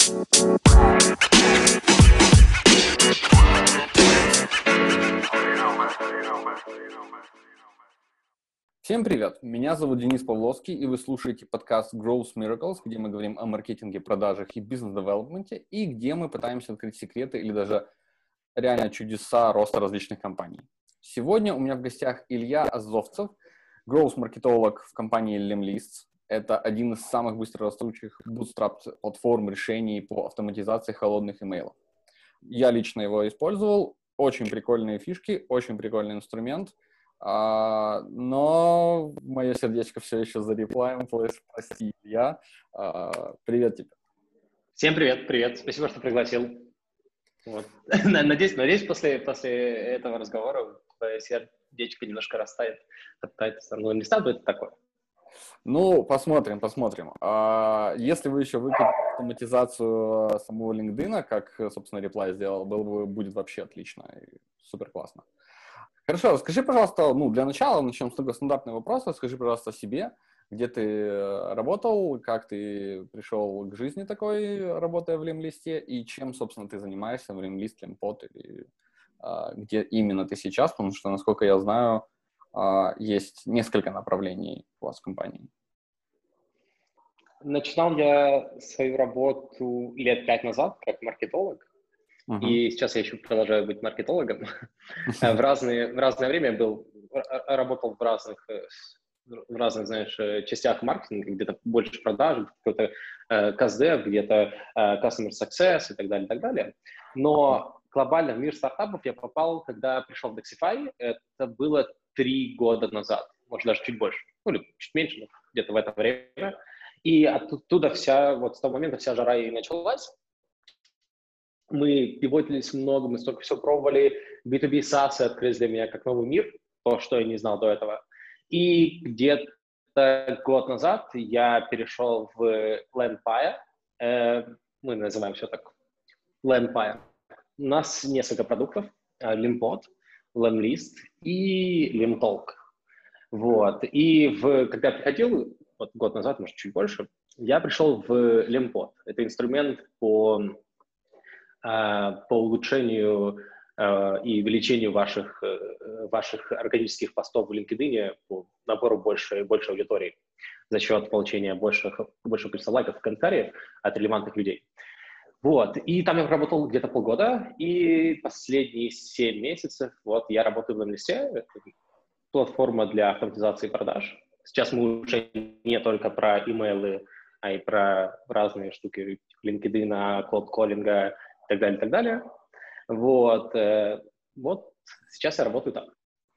Всем привет! Меня зовут Денис Павловский, и вы слушаете подкаст Growth Miracles, где мы говорим о маркетинге, продажах и бизнес-девелопменте, и где мы пытаемся открыть секреты или даже реально чудеса роста различных компаний. Сегодня у меня в гостях Илья Азовцев, growth-маркетолог в компании Lemlist. Это один из самых быстрорастущих bootstrap-платформ решений по автоматизации холодных имейлов. Я лично его использовал. Очень прикольные фишки, очень прикольный инструмент. Но мое сердечко все еще за реплаем. Прости, Илья. Привет тебе. Всем привет. Спасибо, что пригласил. Вот. Надеюсь, после этого разговора твое сердечко немножко растает, оттает в сторону листа, то это такое. Ну, посмотрим. Если вы еще выкатите автоматизацию самого LinkedIn, как, собственно, Reply сделал, будет вообще отлично и супер классно. Хорошо, расскажи, пожалуйста, для начала начнем с такого стандартного вопроса. Скажи, пожалуйста, о себе, где ты работал, как ты пришел к жизни такой, работая в Lemlist, и чем, собственно, ты занимаешься в Lemlist, Lempot, или где именно ты сейчас, потому что, насколько я знаю, есть несколько направлений у вас в компании. Начинал я свою работу лет 5 назад как маркетолог. И сейчас я еще продолжаю быть маркетологом. В разное время работал в разных, знаешь, частях маркетинга, где-то больше продаж, где-то CastDev, где-то Customer Success и так далее. Но глобально в мир стартапов я попал, когда пришел в Dexify. Это было 3 года назад, может, даже чуть больше, или чуть меньше, но где-то в это время. И оттуда с того момента вся жара и началась. Мы пивотились много, мы столько всего пробовали. B2B SaaS открылись для меня как новый мир, то, что я не знал до этого. И где-то год назад я перешел в Lempire. Мы называем все так Lempire. У нас несколько продуктов. Lempot, Lemlist и Lemtalk. Вот. И когда я приходил, год назад, может, чуть больше, я пришел в Lempot. Это инструмент по улучшению и увеличению ваших органических постов в LinkedIn по набору большей аудитории за счет получения большего количества лайков и комментариев от релевантных людей. Вот. И там я работал где-то полгода, и последние 7 месяцев я работаю в Lemlist. Это платформа для автоматизации продаж. Сейчас мы уже не только про имейлы, а и про разные штуки LinkedIn, cold-calling, и так далее. Вот сейчас я работаю так.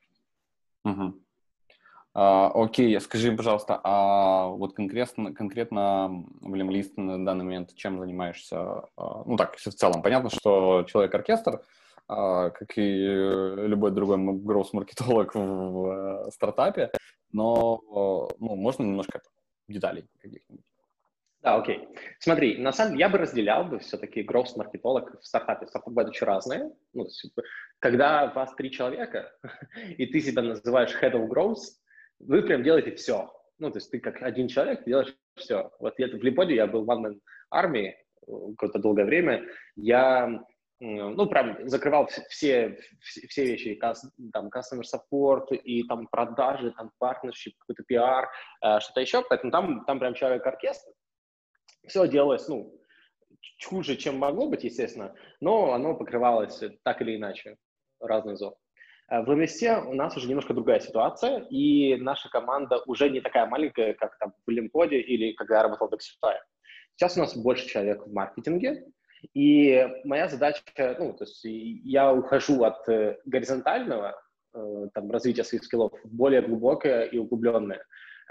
Окей, скажи, пожалуйста, вот конкретно в Lemlist на данный момент чем занимаешься? Если в целом понятно, что человек-оркестр, как и любой другой growth-маркетолог в стартапе, но можно немножко деталей каких-нибудь? Да, окей. Смотри, на самом деле я бы разделял все-таки growth-маркетолог в стартапе. Стартапы бывают очень разные. Когда вас 3 человека, и ты себя называешь head of growth, вы прям делаете все. То есть ты как один человек делаешь все. В Лемподе я был one-man army какое-то долгое время. Я прям закрывал все вещи, там, customer support, и там продажи, там, partnership, какой-то PR, что-то еще. Поэтому там прям человек-оркестр. Все делалось, хуже, чем могло быть, естественно, но оно покрывалось так или иначе разных зон. В Lemlist у нас уже немножко другая ситуация, и наша команда уже не такая маленькая, как там в Лемподе или когда я работал в Dexify. Сейчас у нас больше человек в маркетинге, и моя задача, то есть я ухожу от горизонтального развития своих скиллов в более глубокое и углубленное.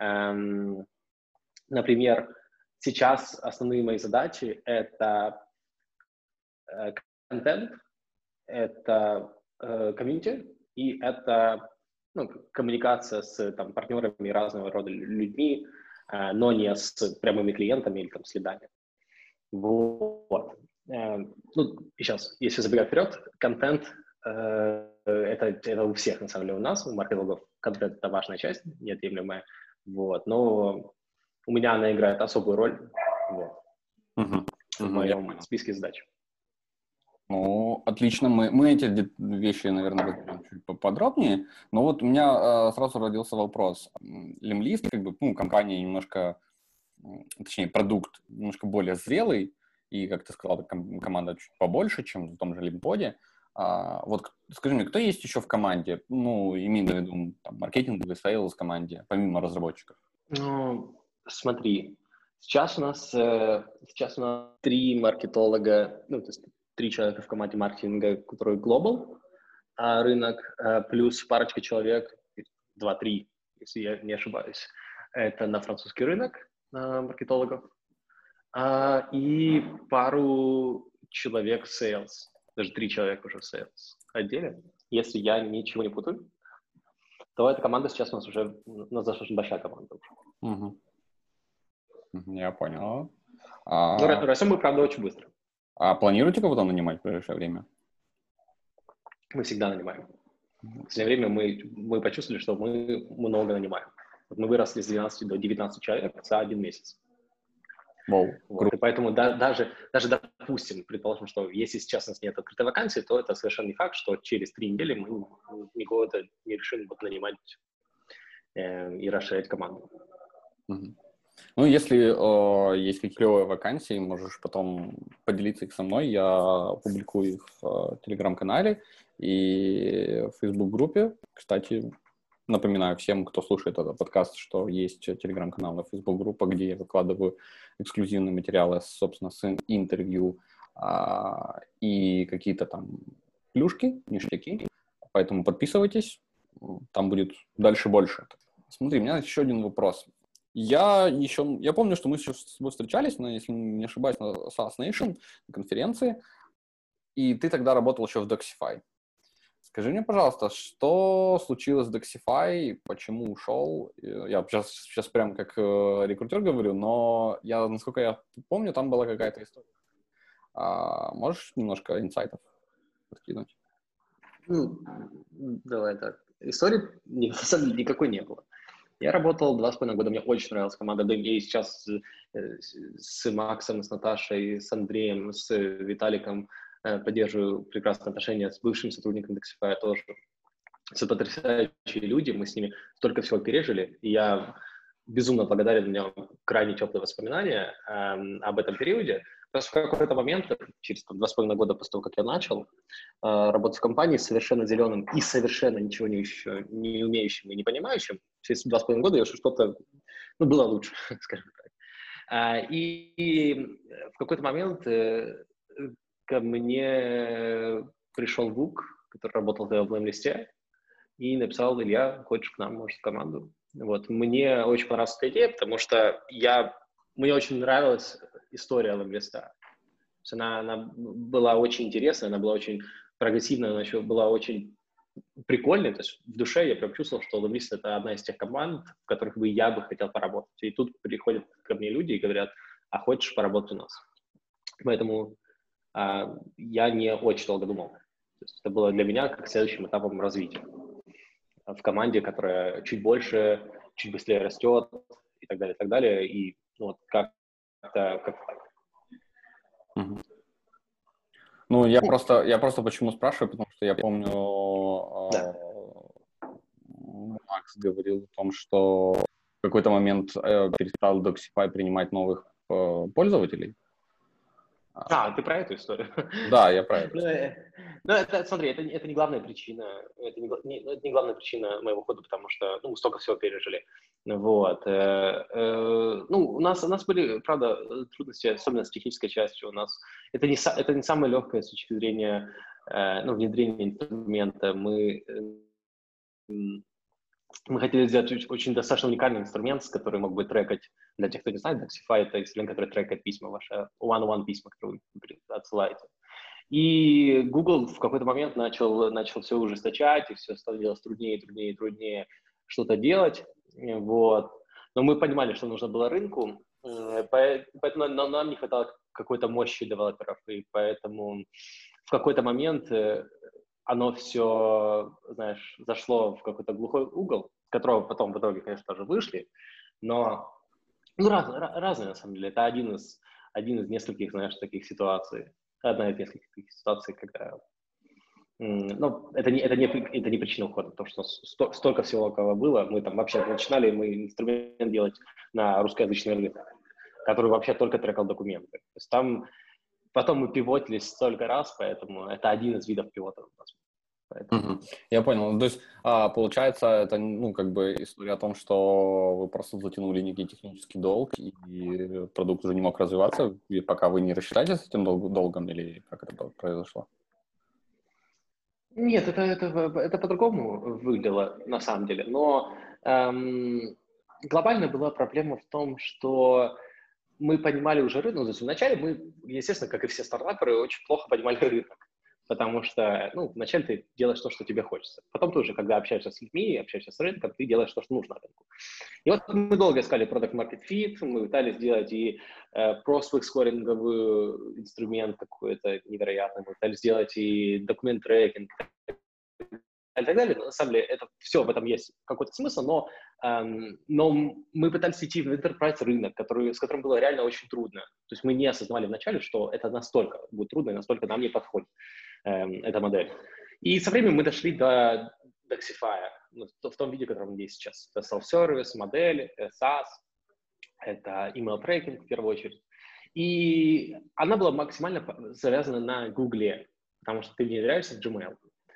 Например, сейчас основные мои задачи — это контент, это комьюнити и это коммуникация с партнерами и разного рода людьми, но не с прямыми клиентами или следами. Вот. И сейчас, если забегать вперед, контент это у всех, на самом деле, у нас, у маркетологов, контент — это важная часть, неотъемлемая. Вот. Но у меня она играет особую роль. Вот. в моем списке задач. Ну, отлично. Мы эти вещи, наверное, разберем чуть поподробнее. Но вот у меня сразу родился вопрос. Limlist, как бы, ну, компания немножко, точнее, продукт немножко более зрелый, и, как ты сказал, команда чуть побольше, чем в том же Лимподе. Вот скажи мне, кто есть еще в команде? Ну, имею в виду там, маркетинговый, сейлс команде, помимо разработчиков? Ну, смотри, сейчас у нас 3 маркетолога, ну, то есть 3 человека в команде маркетинга, которые global рынок, плюс парочка человек, 2-3, если я не ошибаюсь, это на французский рынок маркетологов, и пару человек в sales, даже 3 человека уже в sales отделе, если я ничего не путаю, то эта команда сейчас у нас достаточно большая команда уже. Угу. Я понял. Но растем мы, правда, очень быстро. А планируете кого-то нанимать в ближайшее время? Мы всегда нанимаем. В последнее время мы почувствовали, что мы много нанимаем. Вот мы выросли с 12 до 19 человек за 1 месяц. Wow, вот. И поэтому даже допустим, предположим, что если сейчас у нас нет открытой вакансии, то это совершенно не факт, что через 3 недели мы никого-то не решим нанимать и расширять команду. Угу. Ну, если есть какие-то клевые вакансии, можешь потом поделиться их со мной. Я публикую их в Телеграм-канале и в Facebook-группе. Кстати, напоминаю всем, кто слушает этот подкаст, что есть Телеграм-канал и Facebook-группа, где я выкладываю эксклюзивные материалы, собственно, с интервью и какие-то там плюшки, ништяки. Поэтому подписывайтесь, там будет дальше больше. Смотри, у меня еще один вопрос. Я помню, что мы еще с тобой встречались, но, если не ошибаюсь, на SaaS Nation, на конференции, и ты тогда работал еще в Doxify. Скажи мне, пожалуйста, что случилось с Doxify, почему ушел? Я сейчас прям как рекрутер говорю, но насколько я помню, там была какая-то история. Можешь немножко инсайтов подкинуть? Ну, давай так. Истории на самом деле никакой не было. Я работал 2,5 года, мне очень нравилась команда DMA, и сейчас с Максом, с Наташей, с Андреем, с Виталиком поддерживаю прекрасные отношения, с бывшим сотрудником Doxify тоже. Все потрясающие люди, мы с ними столько всего пережили, и я безумно благодарен, у меня крайне теплые воспоминания об этом периоде. Просто в какой-то момент, через 2,5 года после того, как я начал работать в компании совершенно зеленым и совершенно ничего не умеющим и не понимающим, через 2,5 года я уже что-то, было лучше, скажем так. И в какой-то момент ко мне пришел Вук, который работал в Limlist, и написал: Илья, хочешь к нам, может, в команду? Вот. Мне очень понравилась эта идея, потому что мне очень нравилась история Limlist. Она была очень интересная, она была очень прогрессивная, она еще была очень прикольная. То есть в душе я прям чувствовал, что Limlist — это одна из тех команд, в которых я бы хотел поработать. И тут приходят ко мне люди и говорят: а хочешь поработать у нас? Поэтому я не очень долго думал. То есть это было для меня как следующим этапом развития в команде, которая чуть больше, чуть быстрее растет и так далее, и так далее. И как-то. Угу. Ну, я просто почему спрашиваю, потому что я помню, Макс говорил о том, что в какой-то момент перестал Doxify принимать новых пользователей. Ты про эту историю? Да, я про это. Смотри, это не главная причина, это не главная причина моего ухода, потому что мы столько всего пережили. Вот. У нас были, правда, трудности, особенно с технической частью. У нас это не самое легкое с точки зрения внедрения инструмента. Мы хотели сделать очень достаточно уникальный инструмент, который мог бы трекать, для тех, кто не знает, Doxify — это инструмент, который трекает письма, ваши one-on-one письма, которые вы отсылаете. И Google в какой-то момент начал все ужесточать, и все становилось труднее что-то делать. Вот. Но мы понимали, что нужно было рынку, поэтому нам не хватало какой-то мощи девелоперов, и поэтому в какой-то момент оно все, зашло в какой-то глухой угол, с которого потом в итоге, конечно, тоже вышли, но разные на самом деле. Это один из один из нескольких, знаешь, таких ситуаций. Одна из нескольких таких ситуаций, когда... Ну, это не причина ухода, потому что столько всего около было. Мы там вообще начинали, мы инструмент делать на русскоязычный рынок, который вообще только трекал документы. То есть там потом мы пивотились столько раз, поэтому это один из видов пивота. Мгм. Я понял. То есть, получается, это, ну, как бы история о том, что вы просто затянули некий технический долг, и продукт уже не мог развиваться, и пока вы не рассчитаетесь с этим долгом, или как это произошло? Нет, это по-другому выглядело на самом деле, но глобально была проблема в том, что мы понимали уже рынок, то есть вначале мы, естественно, как и все стартаперы, очень плохо понимали рынок, потому что, ну, вначале ты делаешь то, что тебе хочется, потом ты уже, когда общаешься с людьми, общаешься с рынком, ты делаешь то, что нужно рынку. И вот мы долго искали product market fit, мы пытались сделать и prospect скоринговый инструмент какой-то невероятный, мы пытались сделать и документ трекинг, и так далее. На самом деле, это все, в этом есть какой-то смысл, но мы пытались идти в enterprise рынок, с которым было реально очень трудно. То есть мы не осознавали вначале, что это настолько будет трудно и настолько нам не подходит эта модель. И со временем мы дошли до Doxify, в том виде, в котором он есть сейчас. Это self-service, модель, SaaS, это email tracking в первую очередь. И она была максимально завязана на Гугле, потому что ты внедряешься в Gmail.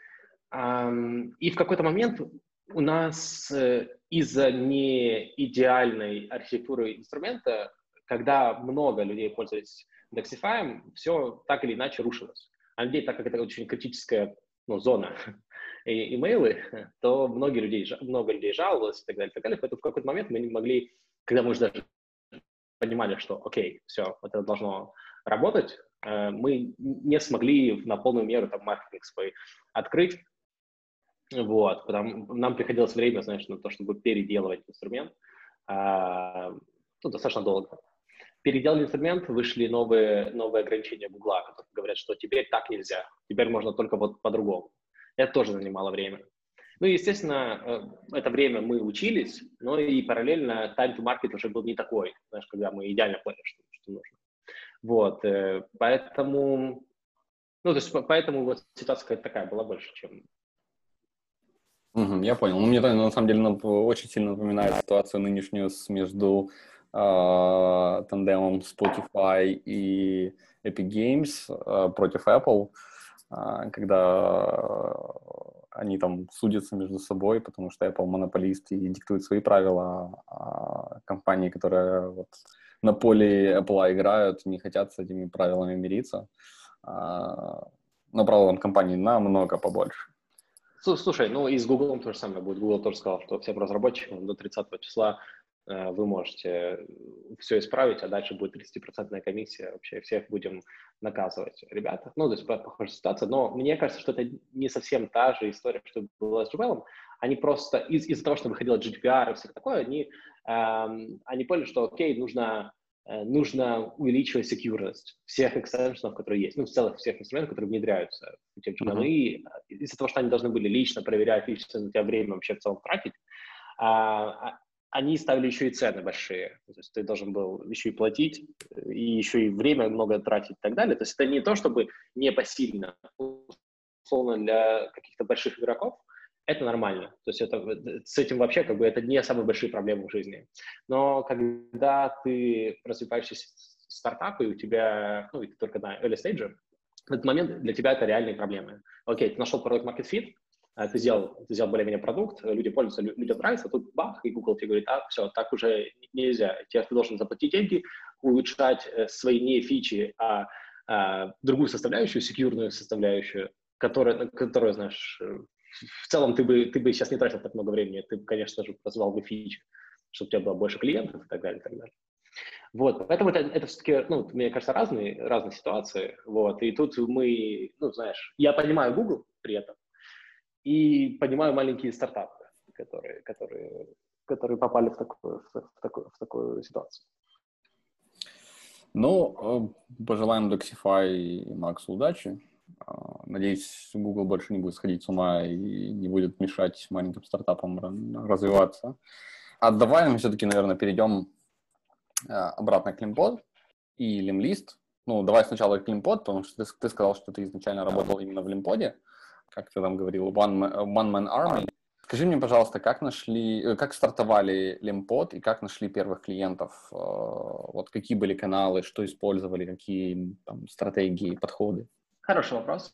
И в какой-то момент у нас из-за неидеальной архитектуры инструмента, когда много людей пользовались Doxify, все так или иначе рушилось. А людей, так как это очень критическая зона имейлы, то много людей жаловалось и так далее, и так далее. Поэтому в какой-то момент мы не могли, когда мы уже даже понимали, что окей, все, вот это должно работать, мы не смогли на полную меру там маркетинг свой открыть. Вот, нам приходилось время, знаешь, на то, чтобы переделывать инструмент, достаточно долго. Переделали инструмент, вышли новые ограничения Гугла, которые говорят, что теперь так нельзя, теперь можно только вот по-другому. Это тоже занимало время. Ну, естественно, это время мы учились, но и параллельно time to market уже был не такой, знаешь, когда мы идеально поняли, что нужно. Вот, поэтому вот ситуация какая-то такая была больше, чем... Я понял. Ну, мне на самом деле очень сильно напоминает ситуацию нынешнюю между тандемом Spotify и Epic Games против Apple, когда они там судятся между собой, потому что Apple монополист и диктует свои правила, а компании, которые вот на поле Apple играют, не хотят с этими правилами мириться. Но правилам компании намного побольше. Слушай, и с Google то же самое будет. Google тоже сказал, что всем разработчикам до 30 числа вы можете все исправить, а дальше будет 30% комиссия. Вообще всех будем наказывать, ребята. То есть похожая ситуация. Но мне кажется, что это не совсем та же история, что была с Gmail. Они просто из-за того, что выходило GDPR и все такое, они поняли, что окей, нужно увеличивать секьюрность всех экстеншенов, которые есть, в целом всех инструментов, которые внедряются в те Gmail. И из-за того, что они должны были лично проверять, лично на тебя время вообще в целом тратить, они ставили еще и цены большие. То есть ты должен был еще и платить, и еще и время много тратить и так далее. То есть это не то, чтобы непосильно, условно, для каких-то больших игроков, это нормально. То есть с этим вообще это не самые большие проблемы в жизни. Но когда ты развиваешься стартап, и у тебя, и ты только на early stage, в этот момент для тебя это реальные проблемы. Окей, ты нашел product market fit, ты сделал более-менее продукт, люди пользуются, людям нравится, тут бах, и Google тебе говорит, все, так уже нельзя. Ты должен заплатить деньги, улучшать свои не фичи, а другую составляющую, секьюрную составляющую, которая, знаешь, в целом ты бы сейчас не тратил так много времени, ты бы, конечно же, развивал бы фичи, чтобы у тебя было больше клиентов и так далее, и так далее. Вот, поэтому это все-таки, мне кажется, разные ситуации, вот, и тут мы, знаешь, я понимаю Google при этом, и понимаю маленькие стартапы, которые попали в такую ситуацию. Пожелаем Doxify и Максу удачи. Надеюсь, Google больше не будет сходить с ума и не будет мешать маленьким стартапам развиваться. А давай мы все-таки, наверное, перейдем обратно к Limpod. и Limlist. Ну, давай сначала Limpod, потому что ты сказал, что ты изначально работал именно в Limpod, как ты там говорил, One Man Army. Скажи мне, пожалуйста, как стартовали Limpod и как нашли первых клиентов? Вот какие были каналы, что использовали, какие там стратегии, подходы? Хороший вопрос.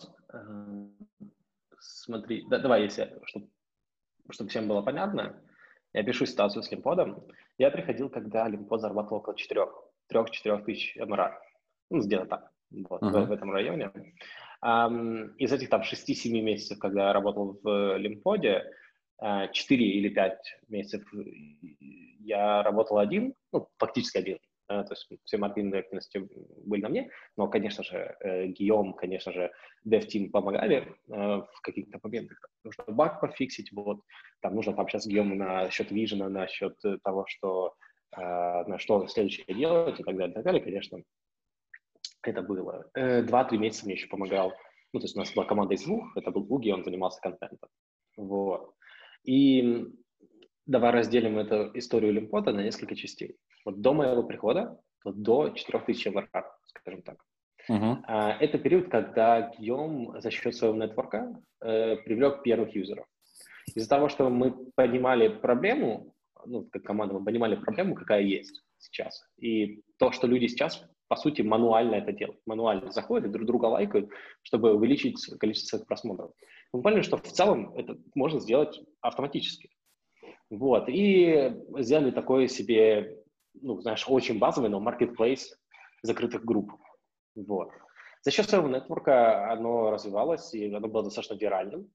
Смотри, давай, чтобы всем было понятно, я пишу ситуацию с Лимподом. Я приходил, когда Лимпод зарабатывал около 3-4 тысяч МРР. Ну, где-то так, вот, в этом районе. Из этих там 6-7 месяцев, когда я работал в Лимподе, 4 или 5 месяцев я работал один, ну, фактически один. То есть все маркетинговые активности были на мне, но, конечно же, Гийом, конечно же, DevTeam помогали в каких-то моментах. Нужно баг пофиксить, вот, там нужно пообщаться с Гийомом насчет вижена, насчет того, что, на что следующее делать и так далее, конечно, это было. 2-3 месяца мне еще помогал, ну, то есть у нас была команда из двух, это был Уги, он занимался контентом, вот. И давай разделим эту историю Лимпода на несколько частей. Вот до моего прихода, вот до 4000 МРР, скажем так. Это период, когда Гийом за счет своего нетворка привлек первых юзеров. Из-за того, что мы понимали проблему, ну, как команда, мы понимали проблему, какая есть сейчас. И то, что люди сейчас, по сути, мануально это делают. Мануально заходят и друг друга лайкают, чтобы увеличить количество своих просмотров. Мы поняли, что в целом это можно сделать автоматически. Вот, и сделали такой себе, ну, знаешь, очень базовый, но marketplace закрытых групп. Вот. За счет своего нетворка оно развивалось, и оно было достаточно виральным.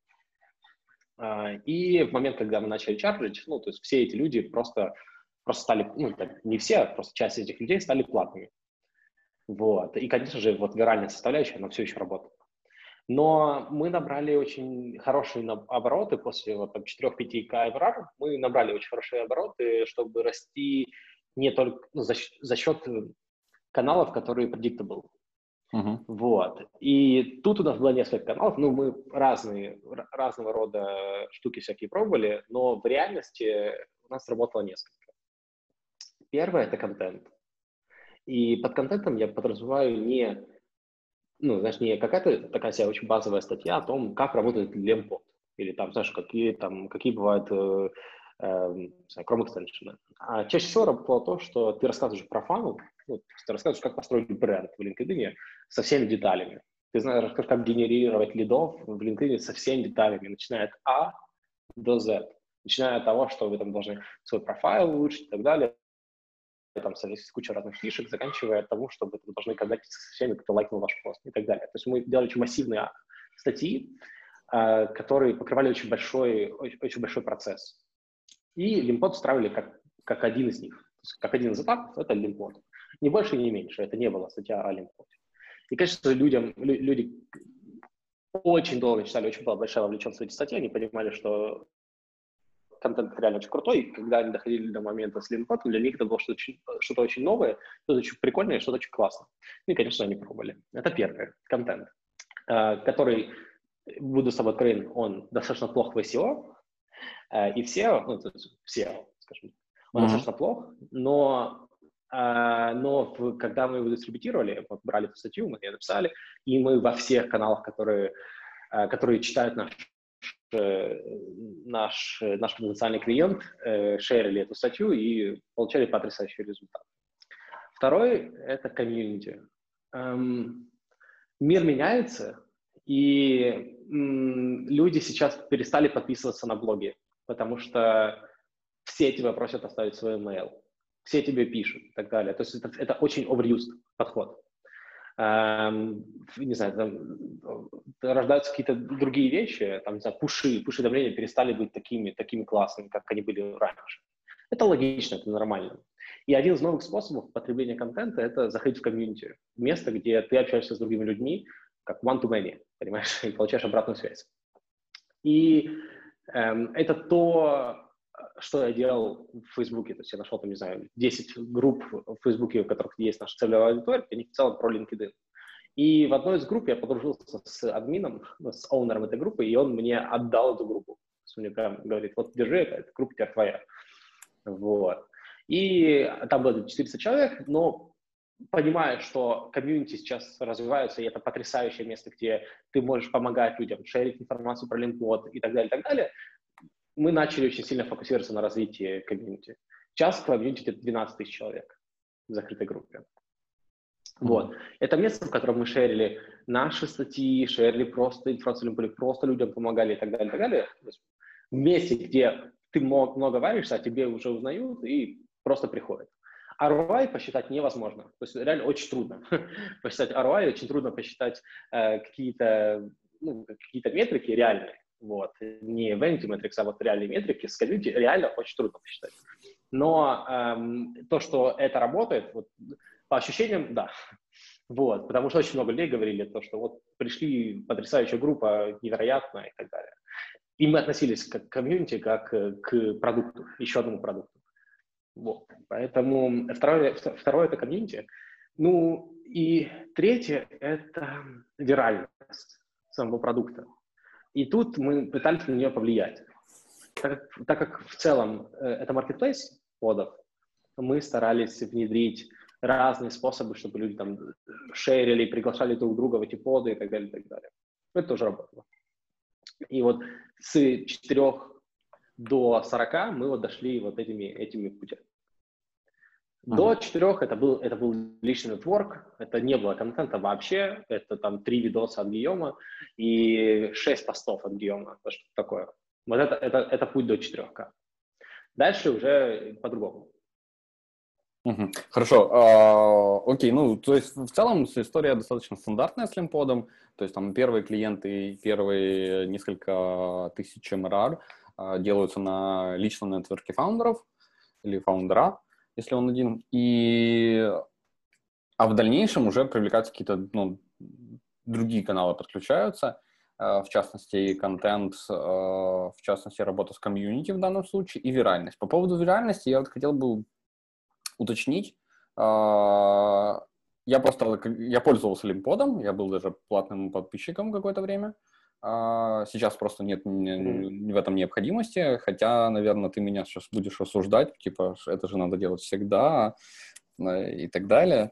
И в момент, когда мы начали чарджить, ну, то есть все эти люди просто стали, ну, не все, а просто часть этих людей стали платными. Вот. И, конечно же, вот виральная составляющая, она все еще работает. Но мы набрали очень хорошие обороты после вот, 4-5К ARR. Мы набрали очень хорошие обороты, чтобы расти не только за счет каналов, которые predictable. Вот. И тут у нас было несколько каналов. Ну, мы разного рода штуки всякие пробовали, но в реальности у нас работало несколько. Первое – это контент. И под контентом я подразумеваю не какая-то такая себя очень базовая статья о том, как работает Limpod, или там, знаешь, какие бывают Chrome extension. А чаще всего работало то, что ты рассказываешь про фанну, ну, ты рассказываешь, как построить бренд в LinkedIn со всеми деталями. Ты знаешь, как генерировать лидов в LinkedIn со всеми деталями, начиная от А до Z, начиная от того, что вы там должны свой профайл улучшить и так далее, там есть куча разных фишек, заканчивая от того, чтобы вы должны коннектиться со всеми, кто лайкнул ваш пост и так далее. То есть мы делали очень массивные статьи, которые покрывали очень большой процесс. И Limpod встраивали как один из них. То есть как один из этапов — это Limpod. Не больше и не меньше. Это не была статья о Limpod. И, конечно, люди очень долго читали, очень была большая вовлеченность в эти статьи, они понимали, что контент реально очень крутой, и когда они доходили до момента с Limpod, для них это было что-то очень новое, что-то очень прикольное, что-то очень классное. Ну и, конечно, они пробовали. Это первое, контент, который, буду с тобой откровенен, он достаточно плох в SEO, и в SEO, ну, SEO, скажем, он достаточно плох, но когда мы его дистрибутировали, вот брали эту статью, мы ее написали, и мы во всех каналах, которые читают наш потенциальный клиент, шерили эту статью и получали потрясающий результат. Второй – это комьюнити. Мир меняется, и люди сейчас перестали подписываться на блоги, потому что все тебя просят оставить свой email, все тебе пишут и так далее. То есть это очень overused подход. Не знаю, там рождаются какие-то другие вещи, там, не знаю, пуши-давления перестали быть такими классными, как они были раньше. Это логично, это нормально. И один из новых способов потребления контента – это заходить в комьюнити, место, где ты общаешься с другими людьми, как one-to-many, понимаешь, и получаешь обратную связь. И это то, что я делал в Фейсбуке. То есть я нашел, там, не знаю, 10 групп в Фейсбуке, у которых есть наша целевая аудитория, они в целом про LinkedIn. И в одной из групп я подружился с админом, с оунером этой группы, и он мне отдал эту группу. То есть он мне прям говорит: вот, держи, эта группа теперь твоя. Вот. И там было 400 человек, но понимая, что комьюнити сейчас развиваются, и это потрясающее место, где ты можешь помогать людям, шерить информацию про Limpod и так далее, мы начали очень сильно фокусироваться на развитии комьюнити. Сейчас в комьюнити где-то 12 тысяч человек в закрытой группе. Вот. Это место, в котором мы шерили наши статьи, шерили просто информацию, просто людям помогали и так далее, и так далее. В месте, где ты много варишься, а тебе уже узнают и просто приходят. ROI посчитать невозможно. То есть реально очень трудно посчитать ROI, очень трудно посчитать какие-то метрики реальные. Вот. Не vanity metrics, а вот реальные метрики с комьюнити реально очень трудно посчитать. Но то, что это работает, вот, по ощущениям, да. Вот, потому что очень много людей говорили, то, что вот пришли потрясающая группа, невероятная и так далее. И мы относились к комьюнити как к продукту, еще одному продукту. Вот. Поэтому второе это комьюнити. Ну и третье – это виральность самого продукта. И тут мы пытались на нее повлиять. Так как в целом это маркетплейс подов, мы старались внедрить разные способы, чтобы люди там шерили, приглашали друг друга в эти поды и так далее, и так далее. Это тоже работало. И вот с 4 до 40 мы вот дошли вот этими путями. До 4 это был личный нетворк, это не было контента вообще, это там 3 видоса от Гийома и 6 постов от Гийома, что такое. Вот это путь до 4К. Дальше уже по-другому. Хорошо, окей, ну, то есть в целом история достаточно стандартная с Limpod, то есть там первые клиенты, первые несколько тысяч MRR делаются на личном нетворке фаундеров или фаундера, если он один, а в дальнейшем уже привлекаются какие-то, другие каналы подключаются, в частности, контент, в частности, работа с комьюнити в данном случае и виральность. По поводу виральности я вот хотел бы уточнить. Я пользовался Limpod, я был даже платным подписчиком какое-то время. Сейчас просто нет в этом необходимости, хотя, наверное, ты меня сейчас будешь осуждать, типа, это же надо делать всегда и так далее.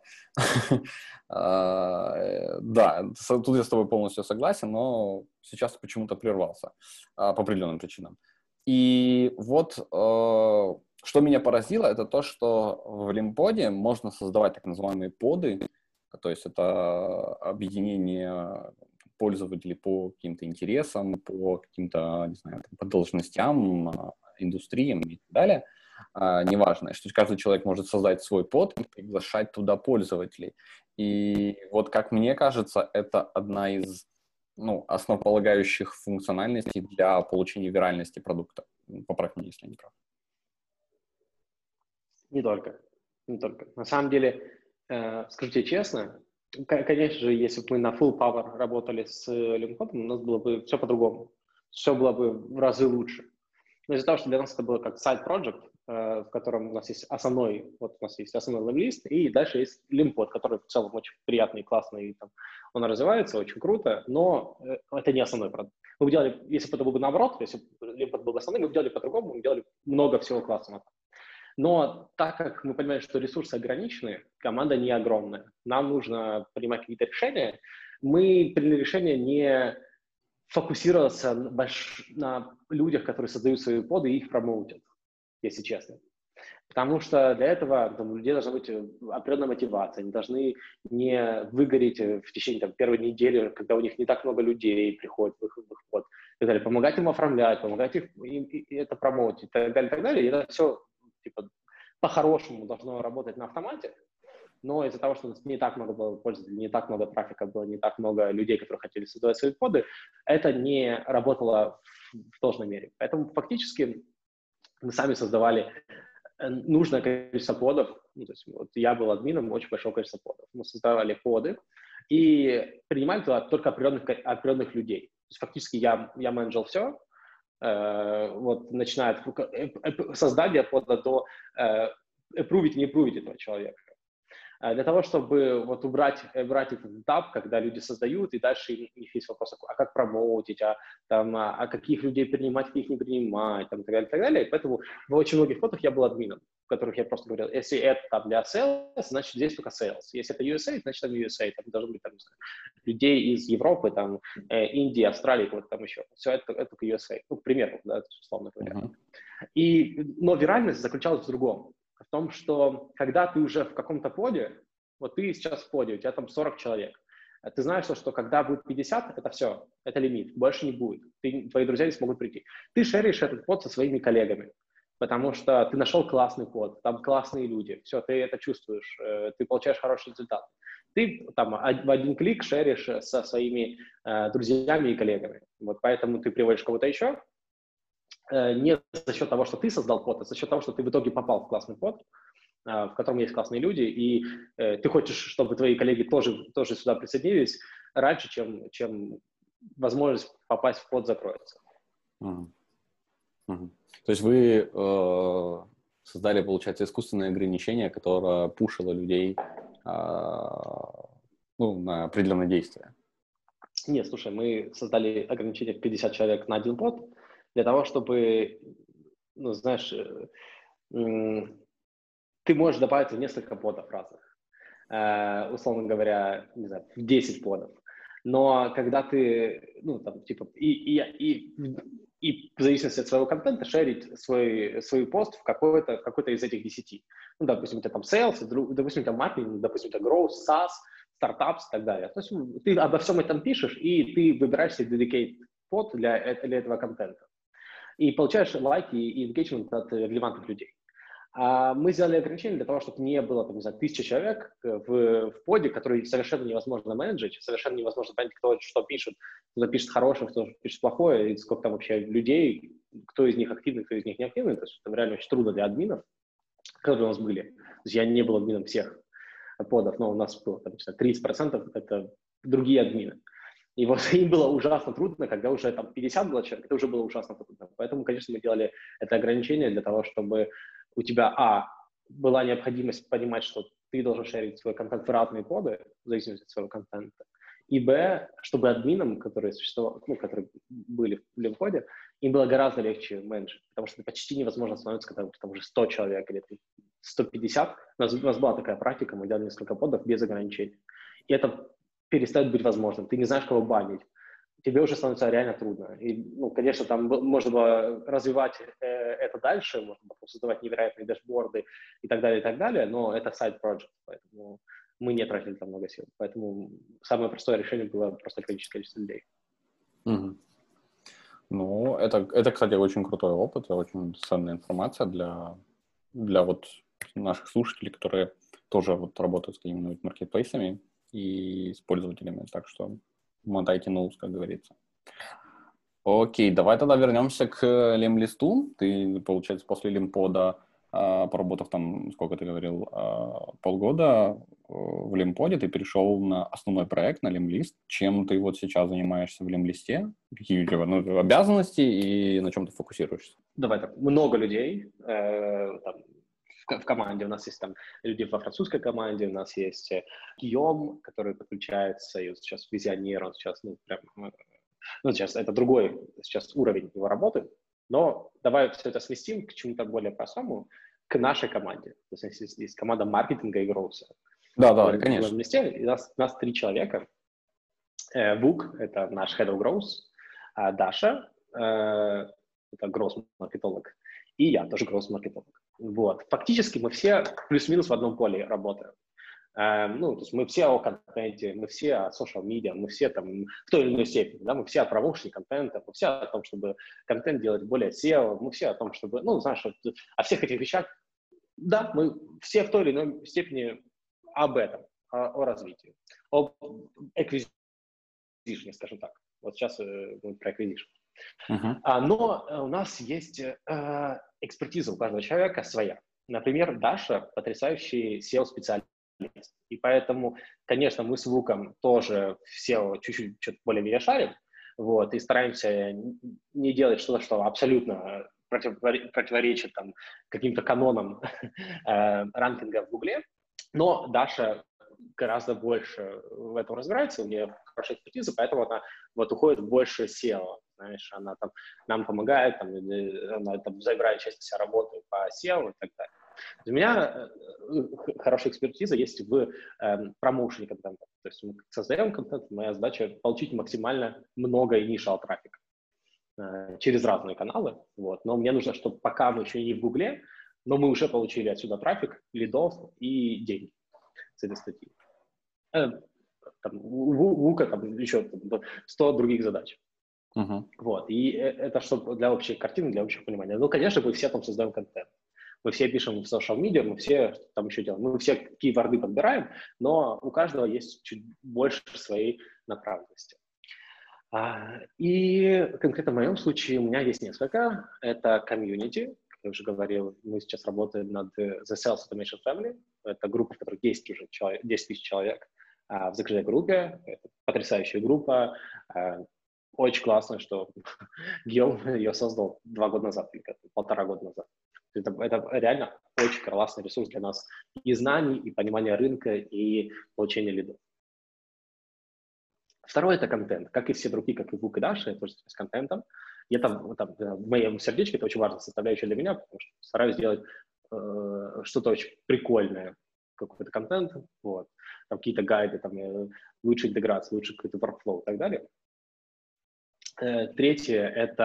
Да, тут я с тобой полностью согласен, но сейчас почему-то прервался по определенным причинам. И вот что меня поразило, это то, что в Limpod можно создавать так называемые поды, то есть это объединение пользователей по каким-то интересам, по каким-то, не знаю, по должностям, индустриям и так далее. Неважно, что каждый человек может создать свой под и приглашать туда пользователей. И вот, как мне кажется, это одна из основополагающих функциональностей для получения виральности продукта. Поправь меня, если я не прав. Не только. На самом деле, скажу тебе честно, конечно же, если бы мы на full power работали с Limpod, у нас было бы все по-другому. Все было бы в разы лучше. Но из-за того, что для нас это было как side project, в котором у нас есть основной левелист, и дальше есть Limpod, который в целом очень приятный и классный, и, там, он развивается очень круто, но это не основной продукт. Мы бы делали, если бы это было бы наоборот, если бы Limpod был основным, мы бы делали по-другому, мы бы делали много всего классного. Но так как мы понимаем, что ресурсы ограничены, команда не огромная, нам нужно принимать какие-то решения, мы приняли решение не фокусироваться на людях, которые создают свои поды и их промоутят, если честно. Потому что для этого у людей должна быть определенная мотивация, они должны не выгореть в течение первой недели, когда у них не так много людей приходит в их под, и так далее. Помогать им оформлять, помогать им это промоутить, и так далее, и так далее. И это все по-хорошему должно работать на автомате, но из-за того, что у нас не так много было пользователей, не так много трафика было, не так много людей, которые хотели создавать свои поды, это не работало в должной мере. Поэтому фактически мы сами создавали нужное количество подов. То есть, вот я был админом очень большого количества подов. Мы создавали поды и принимали туда только определенных людей. То есть фактически я менеджил все, начиная от создания пода до approvить, не approvить этого человека. Для того, чтобы вот убрать этот этап, когда люди создают, и дальше у них есть вопрос, а как промоутить, а каких людей принимать, каких не принимать, там, и так далее, и так далее. И поэтому в очень многих фотах я был админом, в которых я просто говорил, если это там для sales, значит здесь только sales. Если это USA, значит там USA, там должно быть там, не знаю, людей из Европы, там, Индии, Австралии, вот там еще. Все это только USA. Ну, к примеру, да, условно говоря. Но виральность заключалась в другом. В том, что когда ты уже в каком-то поде, вот ты сейчас в поде, у тебя там 40 человек, ты знаешь, что когда будет 50, это все, это лимит, больше не будет. Твои друзья не смогут прийти. Ты шеришь этот под со своими коллегами, потому что ты нашел классный под, там классные люди, все, ты это чувствуешь, ты получаешь хороший результат. Ты там в один клик шеришь со своими друзьями и коллегами. Вот поэтому ты приводишь кого-то еще, не за счет того, что ты создал под, а за счет того, что ты в итоге попал в классный под, в котором есть классные люди, и ты хочешь, чтобы твои коллеги тоже сюда присоединились раньше, чем возможность попасть в под закроется. То есть вы создали, получается, искусственное ограничение, которое пушило людей на определенные действия? Нет, слушай, мы создали ограничение в 50 человек на один под для того, чтобы, ну, знаешь, ты можешь добавить в несколько подов разных, условно говоря, не знаю, в 10 подов. Но когда ты, ну, там, типа, и в зависимости от своего контента шерить свой пост в какой-то из этих 10. Ну, допустим, у тебя там sales, допустим, у тебя маркетинг, допустим, у тебя growth, SaaS, стартапс и так далее. То есть ты обо всем этом пишешь, и ты выбираешь себе dedicate под для этого контента. И получаешь лайки и engagement от релевантных людей. Мы сделали ограничение для того, чтобы не было, там, не знаю, 1000 человек в поде, который совершенно невозможно менеджить, совершенно невозможно понять, кто что пишет, кто пишет хорошее, кто пишет плохое, и сколько там вообще людей, кто из них активный, кто из них не активный. То есть это реально очень трудно для админов, которые у нас были. То есть я не был админом всех подов, но у нас было там, 30% это другие админы. И вот им было ужасно трудно, когда уже там 50 было человек, это уже было ужасно трудно. Поэтому, конечно, мы делали это ограничение для того, чтобы у тебя, была необходимость понимать, что ты должен шерить свой контент в разные поды, в зависимости от своего контента, и, чтобы админам, которые которые были в лимподе, им было гораздо легче менеджить, потому что почти невозможно становиться, когда там уже 100 человек или 150. У нас была такая практика, мы делали несколько подов без ограничений. И это перестает быть возможным. Ты не знаешь, кого банить. Тебе уже становится реально трудно. И, конечно, там можно было развивать это дальше, можно было создавать невероятные дашборды и так далее, но это side project, поэтому мы не тратили там много сил. Поэтому самое простое решение было просто ограничить количество людей. Угу. Ну, это, кстати, очень крутой опыт, очень ценная информация для вот наших слушателей, которые тоже вот работают с какими-нибудь маркетплейсами и с пользователями, так что мотайте на ус, как говорится. Окей, давай тогда вернемся к лимлисту. Ты, получается, после лимпода, поработав там, сколько ты говорил, полгода в лимподе, ты перешел на основной проект, на лимлист. Чем ты вот сейчас занимаешься в лимлисте? Какие у тебя обязанности и на чем ты фокусируешься? Давай так, много людей в команде. У нас есть там люди во французской команде, у нас есть Гийом, который подключается, и сейчас визионер, он сейчас, сейчас это другой сейчас уровень его работы, но давай все это сместим к чему-то более простому, к нашей команде. То есть есть команда маркетинга и гроуса. Да, конечно. У нас 3 человека. Вук — это наш head of growth, Даша — это growth-маркетолог, и я тоже growth-маркетолог. Вот. Фактически мы все плюс-минус в одном поле работаем. То есть мы все о контенте, мы все о social media, мы все там в той или иной степени, да, мы все о промоушене контента, мы все о том, чтобы контент делать более SEO, мы все о том, чтобы, о всех этих вещах. Да, мы все в той или иной степени об этом, о развитии, об acquisition, скажем так. Вот сейчас мы про acquisition. Но у нас есть экспертиза у каждого человека своя. Например, Даша потрясающий SEO-специалист. И поэтому, конечно, мы с Вуком тоже SEO чуть-чуть что-то более шарим, вот, и стараемся не делать что-то, что абсолютно противоречит там каким-то канонам ранкинга в Гугле. Но Даша гораздо больше в этом разбирается, у нее хорошая экспертиза, поэтому она вот уходит в больше SEO, знаешь, она там нам помогает, там, она там забирает часть себя работы по SEO и так далее. У меня хорошая экспертиза есть в промоушене контента. То есть мы создаем контент, моя задача получить максимально много initial трафика через разные каналы. Вот. Но мне нужно, чтобы пока мы еще не в Гугле, но мы уже получили отсюда трафик, лидов и деньги с этой статьи. Там, Вука, там еще 100 других задач. Вот. И это чтобы для общей картины, для общего понимания. Ну, конечно, мы все там создаем контент. Мы все пишем в social media, мы все там еще делаем. Мы все кейворды подбираем, но у каждого есть чуть больше своей направленности. И конкретно в моем случае у меня есть несколько. Это community, как я уже говорил, мы сейчас работаем над The Sales Automation Family. Это группа, в которой 10 тысяч человек в закрытой группе. Это потрясающая группа. Очень классно, что Геом ее создал 2 года назад, или 1,5 года назад. Это реально очень классный ресурс для нас и знаний, и понимания рынка, и получения лидов. Второе – это контент. Как и все другие, как и Вук и Даша, я тоже с контентом. И это в моем сердечке это очень важная составляющая для меня, потому что стараюсь делать что-то очень прикольное, какой-то контент, вот. Там какие-то гайды, там, лучшая интеграция, лучший какой-то workflow и так далее. Третье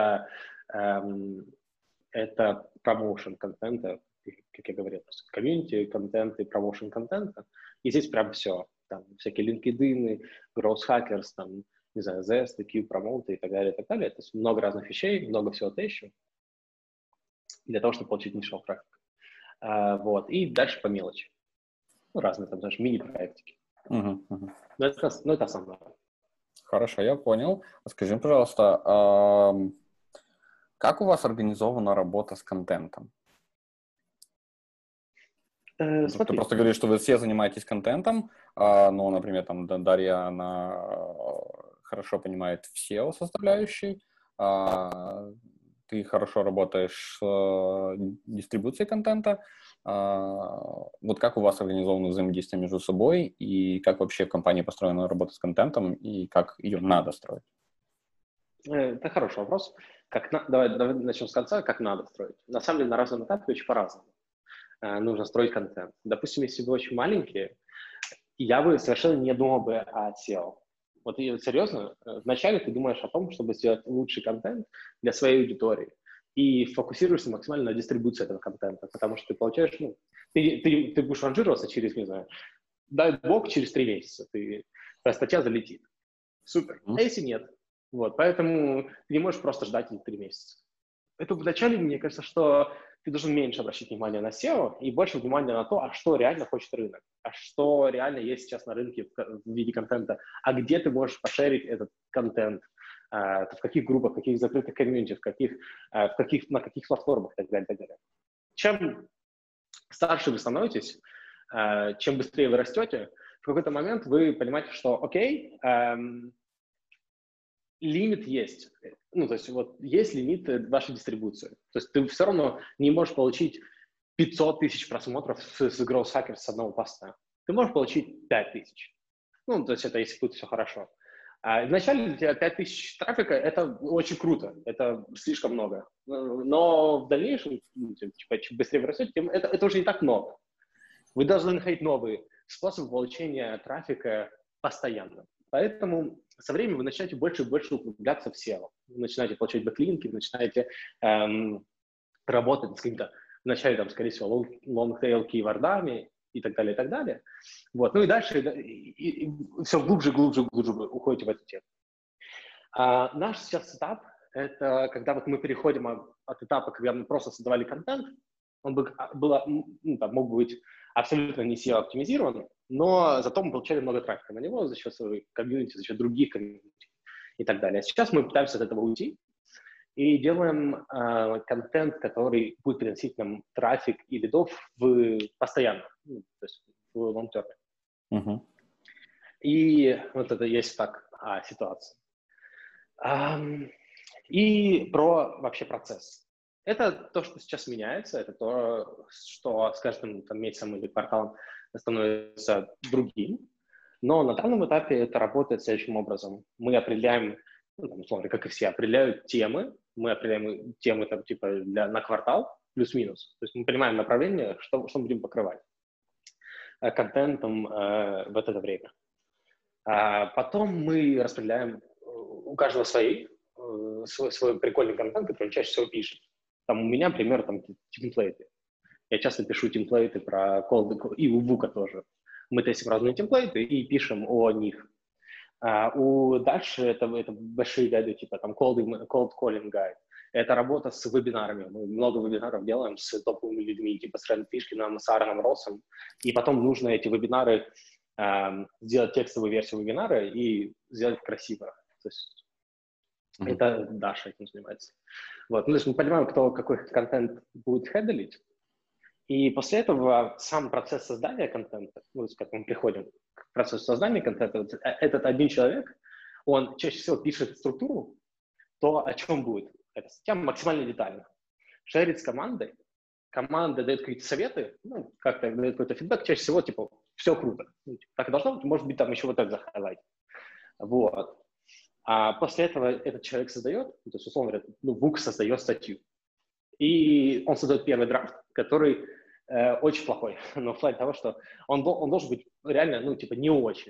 – это промоушен контента, как я говорил, комьюнити контент и промоушен контента. И здесь прям все. Там всякие LinkedIn, Growth Hackers, там, не знаю, Zest, Q-промоты и так далее, и так далее. То есть много разных вещей, много всего тещу для того, чтобы получить initial трафик. Вот. И дальше по мелочи. Ну, разные там, знаешь, мини-проектики. Но это основное. Хорошо, я понял. Скажи, пожалуйста, как у вас организована работа с контентом? Ты просто говоришь, что вы все занимаетесь контентом, но, например, там Дарья, она хорошо понимает все составляющие, ты хорошо работаешь с дистрибуцией контента. Вот как у вас организовано взаимодействие между собой, и как вообще в компании построена работа с контентом, и как ее надо строить? Это хороший вопрос. Давай начнем с конца, как надо строить. На самом деле, на разном этапе очень по-разному нужно строить контент. Допустим, если вы очень маленькие, я бы совершенно не думал бы о SEO. Вот серьезно, вначале ты думаешь о том, чтобы сделать лучший контент для своей аудитории и фокусируешься максимально на дистрибуции этого контента, потому что ты получаешь, ты будешь ранжироваться через, не знаю, дай бог, через 3 месяца твоя статья залетит. Супер. А если нет? Вот, поэтому ты не можешь просто ждать эти 3 месяца. Это вначале, мне кажется, что ты должен меньше обращать внимание на SEO и больше внимания на то, а что реально хочет рынок, а что реально есть сейчас на рынке в виде контента, а где ты можешь пошерить этот контент, в каких группах, в каких закрытых комьюнити, на каких платформах и так далее, и так далее. Чем старше вы становитесь, чем быстрее вы растете, в какой-то момент вы понимаете, что окей, лимит есть. Ну, то есть вот есть лимит вашей дистрибуции. То есть ты все равно не можешь получить 500 тысяч просмотров с Growth Hackers с одного поста. Ты можешь получить 5 тысяч. Ну, то есть это если будет все хорошо. Вначале для тебя 5 тысяч трафика – это очень круто, это слишком много. Но в дальнейшем, чем быстрее вы растете, тем это уже не так много. Вы должны находить новые способы получения трафика постоянно. Поэтому со временем вы начинаете больше и больше углубляться в SEO. Вы начинаете получать бэклинки, вы начинаете работать с каким-то, вначале, там, скорее всего, long-tail кейвордами и так далее, и так далее. Вот. Ну и дальше и все глубже вы уходите в эту тему. Наш сейчас этап – это когда вот мы переходим от этапа, когда мы просто создавали контент, он мог быть абсолютно не SEO-оптимизирован, но зато мы получали много трафика на него за счет своей комьюнити, за счет других комьюнити и так далее. А сейчас мы пытаемся от этого уйти и делаем контент, который будет приносить нам трафик и лидов постоянно, то есть в long-term. И вот это есть так ситуация. И про вообще процесс. Это то, что сейчас меняется, это то, что с каждым месяцем или кварталом становится другим. Но на данном этапе это работает следующим образом. Мы определяем, ну, там, условно, как и все, определяют темы. Мы определяем темы там, типа на квартал, плюс-минус. То есть мы понимаем направление, что мы будем покрывать контентом в это время. Потом мы распределяем у каждого свой прикольный контент, который он чаще всего пишет. Там у меня, например, там темплейты. Я часто пишу темплейты про cold, и у Вука тоже. Мы тестим разные темплейты и пишем о них. Дальше это большие гайды, типа там cold calling guide. Это работа с вебинарами. Мы много вебинаров делаем с топовыми людьми, типа с Рэндом Фишкиным, с Аароном Россом. И потом нужно эти вебинары сделать текстовую версию вебинара и сделать красиво. То есть это Даша этим занимается. Вот. Ну, то есть мы понимаем, кто какой контент будет хендлить. И после этого сам процесс создания контента, ну, то есть как мы приходим к процессу создания контента, этот один человек, он чаще всего пишет структуру, то, о чем будет эта статья, максимально детально. Шерит с командой, команда дает какие-то советы, ну, как-то дает какой-то фидбэк, чаще всего, типа, все круто. Ну, так и должно быть, может быть, там еще вот это захайлайт. Вот. А после этого этот человек создает, то есть, условно говоря, Вук создает статью. И он создает первый драфт, который очень плохой, но в плане того, что он должен быть реально, ну, типа, не очень.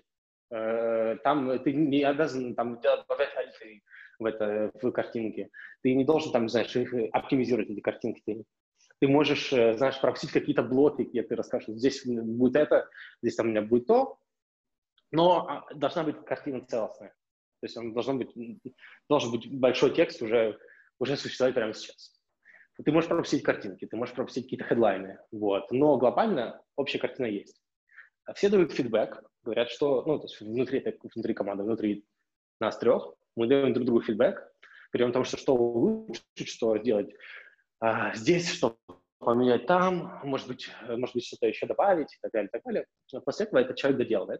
Там ты не обязан там добавлять альфы в картинке. Ты не должен там, знаешь, оптимизировать эти картинки. Ты можешь, знаешь, пропустить какие-то блоки, где ты расскажешь, здесь будет это, здесь там у меня будет то, но должна быть картина целостная. То есть он должен быть большой текст уже существовать прямо сейчас. Ты можешь пропустить картинки, ты можешь пропустить какие-то хедлайны, вот. Но глобально общая картина есть. Все дают фидбэк, говорят, что, ну, то есть внутри команды, внутри нас трех, мы даем друг другу фидбэк, говорим о том, что улучшить, что сделать здесь, что поменять там, может быть, что-то еще добавить и так далее, и так далее. После этого этот человек доделывает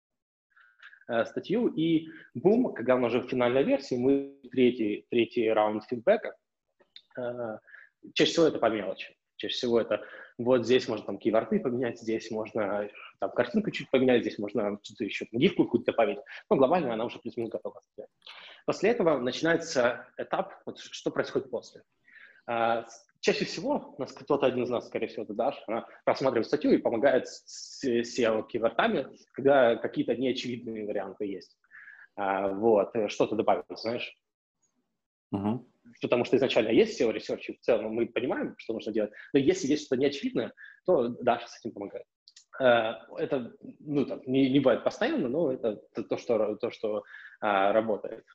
статью, и бум, когда он уже в финальной версии, мы третий раунд фидбэка. Чаще всего это по мелочи. Чаще всего это вот здесь можно там кейворды поменять, здесь можно там картинку чуть поменять, здесь можно что-то еще, гифку какую-то добавить. Но глобально она уже плюс-минус готова. После этого начинается этап, вот, что происходит после. Чаще всего, кто-то один из нас, скорее всего, это Даша, она просматривает статью и помогает с SEO-кейвортами, когда какие-то неочевидные варианты есть. Вот, что-то добавить, знаешь. Потому что изначально есть SEO-ресерч, и в целом мы понимаем, что нужно делать, но если есть что-то неочевидное, то Даша с этим помогает. Это, ну, там, не бывает постоянно, но это то, что работает.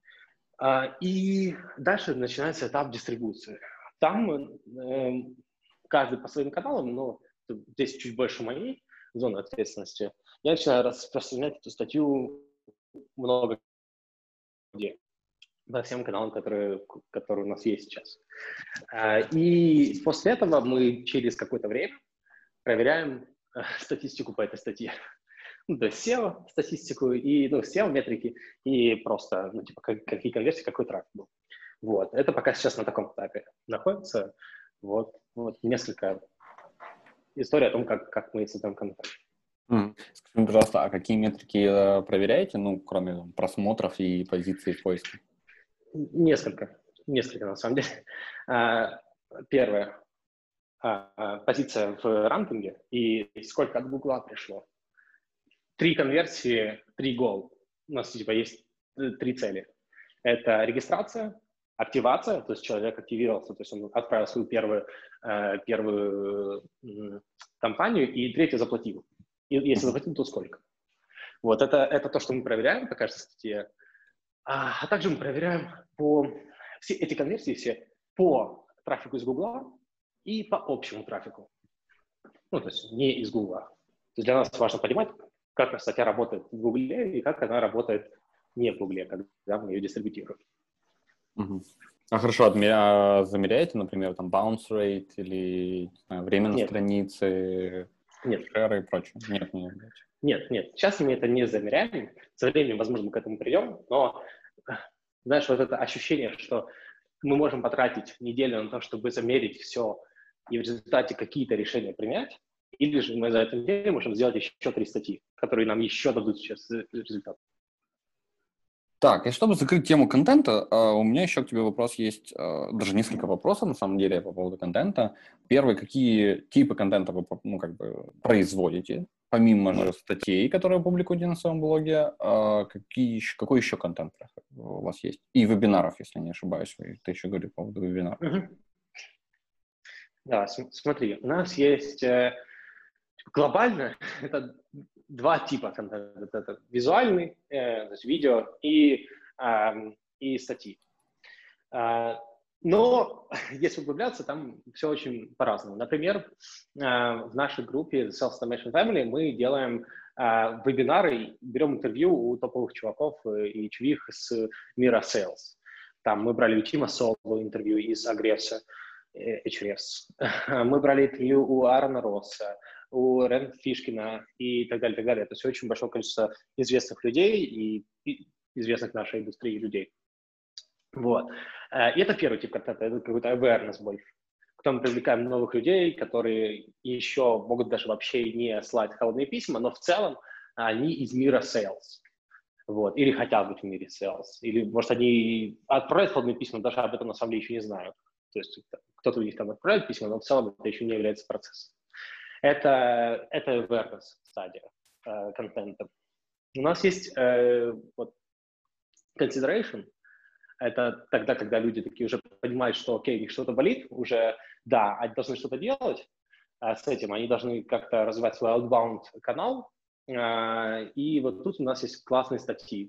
И дальше начинается этап дистрибуции. Там каждый по своим каналам, но здесь чуть больше моей зоны ответственности, я начинаю распространять эту статью много где. По всем каналам, которые у нас есть сейчас. И после этого мы через какое-то время проверяем статистику по этой статье. Ну, то есть SEO-статистику, и SEO-метрики, и просто, ну, типа, какие конверсии, какой трафик был. Вот. Это пока сейчас на таком этапе находится. Вот несколько историй о том, как мы создаем контент. Скажи мне, пожалуйста, а какие метрики проверяете, ну, кроме там, просмотров и позиций в поиске? Несколько на самом деле. Первое. Позиция в ранкинге и сколько от Гугла пришло. 3 конверсии, 3 гол. У нас типа есть 3 цели. Это регистрация, активация, то есть человек активировался, то есть он отправил свою первую кампанию, и 3 заплатил. И если заплатил, то сколько? Вот это то, что мы проверяем по каждой статье. А также мы проверяем все эти конверсии все по трафику из Гугла и по общему трафику. Ну, то есть не из Гугла. То есть для нас важно понимать, как статья работает в Гугле и как она работает не в Гугле, когда мы ее дистрибутируем. А хорошо, замеряете, например, там bounce rate или время на странице, шеры и прочее? Нет. Сейчас мы это не замеряем. Со временем, возможно, мы к этому придем, но, знаешь, вот это ощущение, что мы можем потратить неделю на то, чтобы замерить все и в результате какие-то решения принять, или же мы за эту неделю можем сделать еще 3 статьи, которые нам еще дадут сейчас результат. Так, и чтобы закрыть тему контента, у меня еще к тебе вопрос есть, даже несколько вопросов, на самом деле, по поводу контента. Первый, какие типы контента вы, ну, как бы производите, помимо же статей, которые вы публикуете на своем блоге, какой еще контент у вас есть? И вебинаров, если не ошибаюсь, ты еще говорил по поводу вебинаров. Да, смотри, у нас есть глобально это 2 типа контента. Это визуальный, то есть видео, и статьи. Но если углубляться, там все очень по-разному. Например, в нашей группе Sales Automation Family мы делаем вебинары, берем интервью у топовых чуваков и чувих с мира sales. Там мы брали у Тима Солова интервью из Агресса, HRS. Мы брали интервью у Аарона Росса, у Рен Фишкина и так далее, так далее. Это все очень большое количество известных людей и известных в нашей индустрии людей. Вот. И это первый тип контента, это какой-то awareness больше. Потом мы привлекаем новых людей, которые еще могут даже вообще не слать холодные письма, но в целом они из мира sales. Вот. Или хотят быть в мире sales. Или, может, они отправляют холодные письма, даже об этом на самом деле еще не знают. То есть кто-то у них там отправляет письма, но в целом это еще не является процессом. Это awareness стадия контента. У нас есть consideration. Это тогда, когда люди такие уже понимают, что окей, у них что-то болит, уже, да, они должны что-то делать с этим, они должны как-то развивать свой outbound канал. И вот тут у нас есть классные статьи.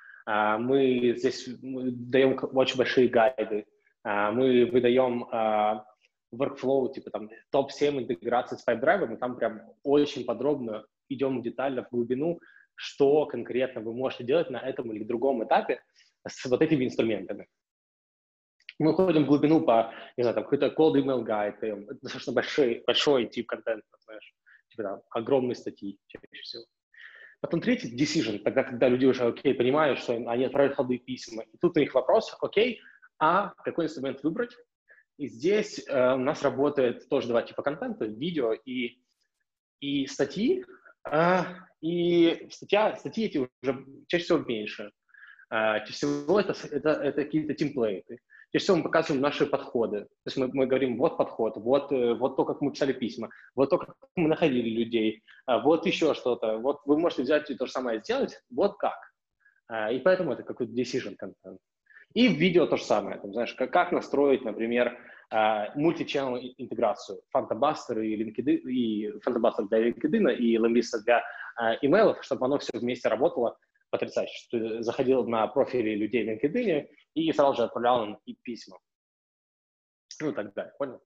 Мы даем очень большие гайды. Мы выдаем workflow, типа там топ-7 интеграций с Pipedrive, мы там прям очень подробно идем детально в глубину, что конкретно вы можете делать на этом или другом этапе с вот этими инструментами. Мы уходим в глубину по, не знаю, там какой-то cold email guide, это достаточно большой тип контента, знаешь, типа там огромные статьи чаще всего. Потом третий decision, тогда, когда люди уже, окей, понимают, что они отправляют холодные письма, и тут у них вопрос, окей, а какой инструмент выбрать? И здесь у нас работает тоже 2 типа контента, видео и статьи. И статьи эти уже чаще всего меньше. Чаще всего это какие-то темплейты. Чаще всего мы показываем наши подходы. То есть мы говорим, вот подход, вот то, как мы писали письма, вот то, как мы находили людей, вот еще что-то. Вот вы можете взять и то же самое сделать, вот как. И поэтому это какой-то decision контент. И в видео то же самое. Там, знаешь, как настроить, например, мульти-ченнел интеграцию. Фантобастер и LinkedIn, и Фантобастер для LinkedIn и Lemlist для имейлов, чтобы оно все вместе работало потрясающе. Что ты заходил на профили людей на LinkedIn и сразу же отправлял им письма. Ну и так далее. Понял?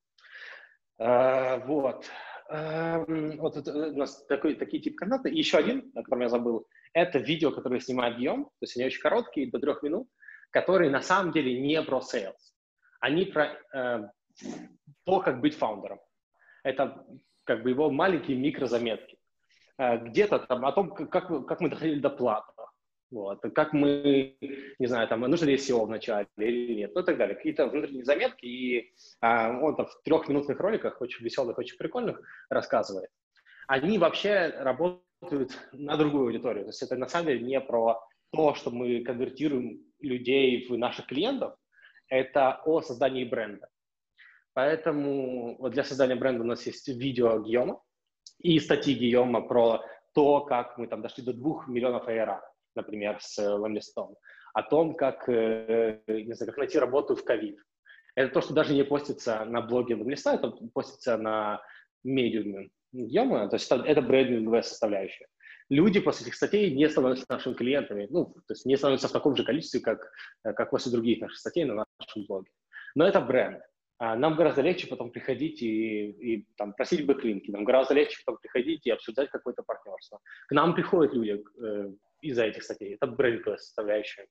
Вот. Вот у нас такие типы контента. И еще один, о котором я забыл, это видео, которое снимает Гийом. То есть они очень короткие, до 3 минут, которые на самом деле не про sales. Они про то, как быть фаундером. Это как бы его маленькие микрозаметки. Где-то там о том, как мы доходили до плата. Вот, как мы, не знаю, там, нужно ли SEO вначале или нет, ну и так далее. Какие-то внутренние заметки, и он там в 3-минутных роликах, очень веселых, очень прикольных, рассказывает. Они вообще работают на другую аудиторию. То есть это на самом деле не про то, что мы конвертируем людей в наших клиентов, это о создании бренда. Поэтому вот для создания бренда у нас есть видео Гийома и статьи Гийома про то, как мы там дошли до 2 миллионов ARR, например, с Lemlist, о том, как, не знаю, как найти работу в ковид. Это то, что даже не постится на блоге Lemlist, это постится на медиуме Гийома, то есть это брендинговая составляющая. Люди после этих статей не становятся нашими клиентами, ну, то есть не становятся в таком же количестве, как после других наших статей на нашем блоге. Но это бренд. Нам гораздо легче потом приходить и там, просить бэклинки, нам гораздо легче потом приходить и обсуждать какое-то партнерство. К нам приходят люди из-за этих статей. Это брендинговая составляющая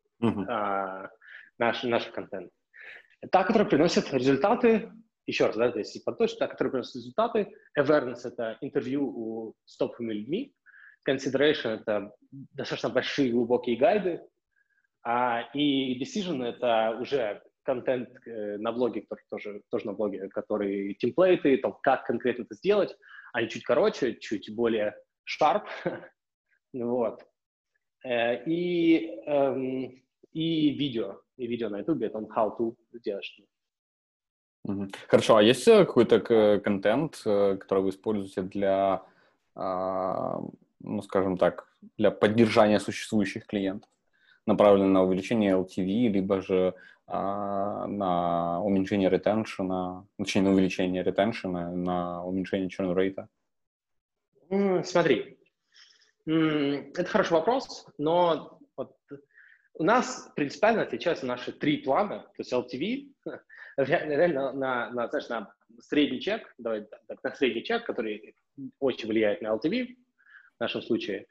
наш контент. Та, которая приносит результаты, еще раз, да, то есть подточно, та, которая приносит результаты, awareness — это интервью с топовыми людьми, consideration — это достаточно большие глубокие гайды, и decision — это уже контент на блоге, который тоже на блоге, который темплейты, там, как конкретно это сделать, они чуть короче, чуть более sharp, вот. И видео на YouTube, это how to делаешь. Хорошо, а есть какой-то контент, который вы используете для, ну, скажем так, для поддержания существующих клиентов, направленный на увеличение LTV, либо же на уменьшение ретеншена, точнее, на увеличение ретеншена, на уменьшение churn rate? Смотри, это хороший вопрос, но вот у нас принципиально отличаются наши 3 плана, то есть LTV, реально знаешь, на средний чек, давай так, на средний чек, который очень влияет на LTV в нашем случае,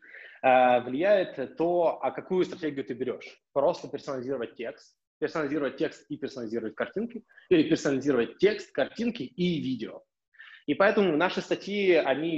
влияет то, а какую стратегию ты берешь. Просто персонализировать текст и персонализировать картинки, или персонализировать текст, картинки и видео. И поэтому наши статьи,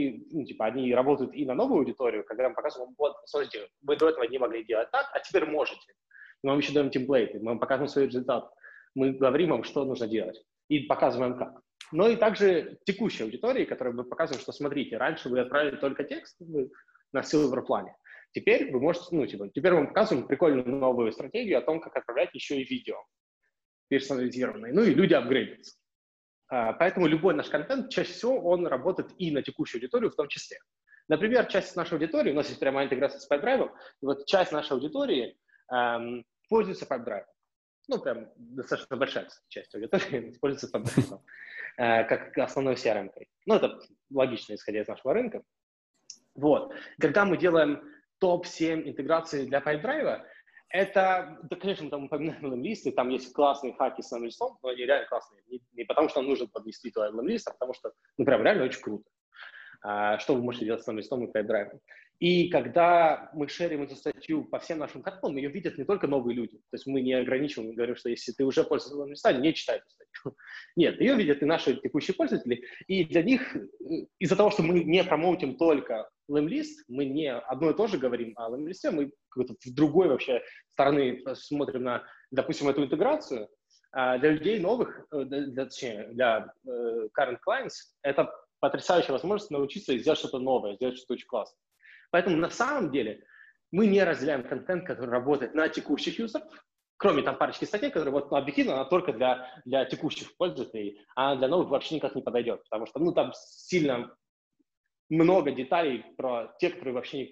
они работают и на новую аудиторию, когда мы показываем, вот, смотрите, вы до этого не могли делать так, а теперь можете. Мы вам еще даем темплейты, мы вам показываем свой результат, мы говорим вам, что нужно делать, и показываем как. Но и также текущей аудитории, которой мы показываем, что смотрите, раньше вы отправили только текст на Silver плане, теперь вы можете, теперь мы показываем прикольную новую стратегию о том, как отправлять еще и видео персонализированные, и люди апгрейдятся. Поэтому любой наш контент, чаще всего, он работает и на текущую аудиторию в том числе. Например, часть нашей аудитории, у нас есть прямая интеграция с Pipedrive, и вот часть нашей аудитории пользуется Pipedrive. Прям достаточно большая часть аудитории используется Pipedrive как основной CRM-кой. Это логично, исходя из нашего рынка. Вот. Когда мы делаем топ-7 интеграций для Pipedrive, это, да, конечно, там упоминаем LM-листы, там есть классные хаки с LM-листом, но они реально классные. Не потому, что нам нужно подвести туда LM-лист, а потому что, прям реально очень круто. Что вы можете делать с LM-листом и Pipedrive. И когда мы шерим эту статью по всем нашим каналам, ее видят не только новые люди. То есть мы не ограничиваем, мы говорим, что если ты уже пользователь LM-листа, не читай эту статью. Нет, ее видят и наши текущие пользователи. И для них, из-за того, что мы не промоутим только LM-лист, мы не одно и то же говорим о LM-листе, мы в другой вообще стороны смотрим на, допустим, эту интеграцию. Для людей новых, для current clients, это потрясающая возможность научиться и сделать что-то новое, сделать что-то очень классное. Поэтому на самом деле мы не разделяем контент, который работает на текущих юзеров, кроме там парочки статей, которые вот объективно, она только для текущих пользователей, а для новых вообще никак не подойдет, потому что там сильно много деталей про те, которые вообще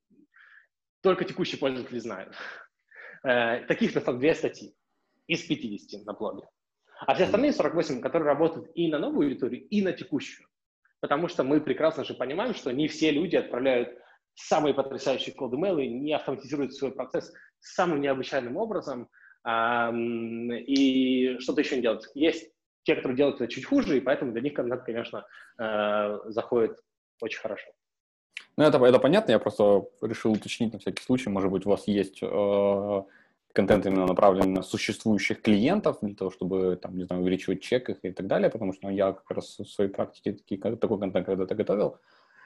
только текущие пользователи знают. Таких на самом деле 2 статьи из 50 на блоге. А все остальные 48, которые работают и на новую аудиторию, и на текущую. Потому что мы прекрасно же понимаем, что не все люди отправляют самые потрясающие cold email, не автоматизируют свой процесс самым необычайным образом и что-то еще не делают. Есть те, которые делают это чуть хуже, и поэтому для них контент, конечно, заходит очень хорошо. Это понятно, я просто решил уточнить на всякий случай, может быть, у вас есть контент именно направленный на существующих клиентов, для того, чтобы, там, не знаю, увеличивать чек их и так далее, потому что я как раз в своей практике такой контент когда-то готовил,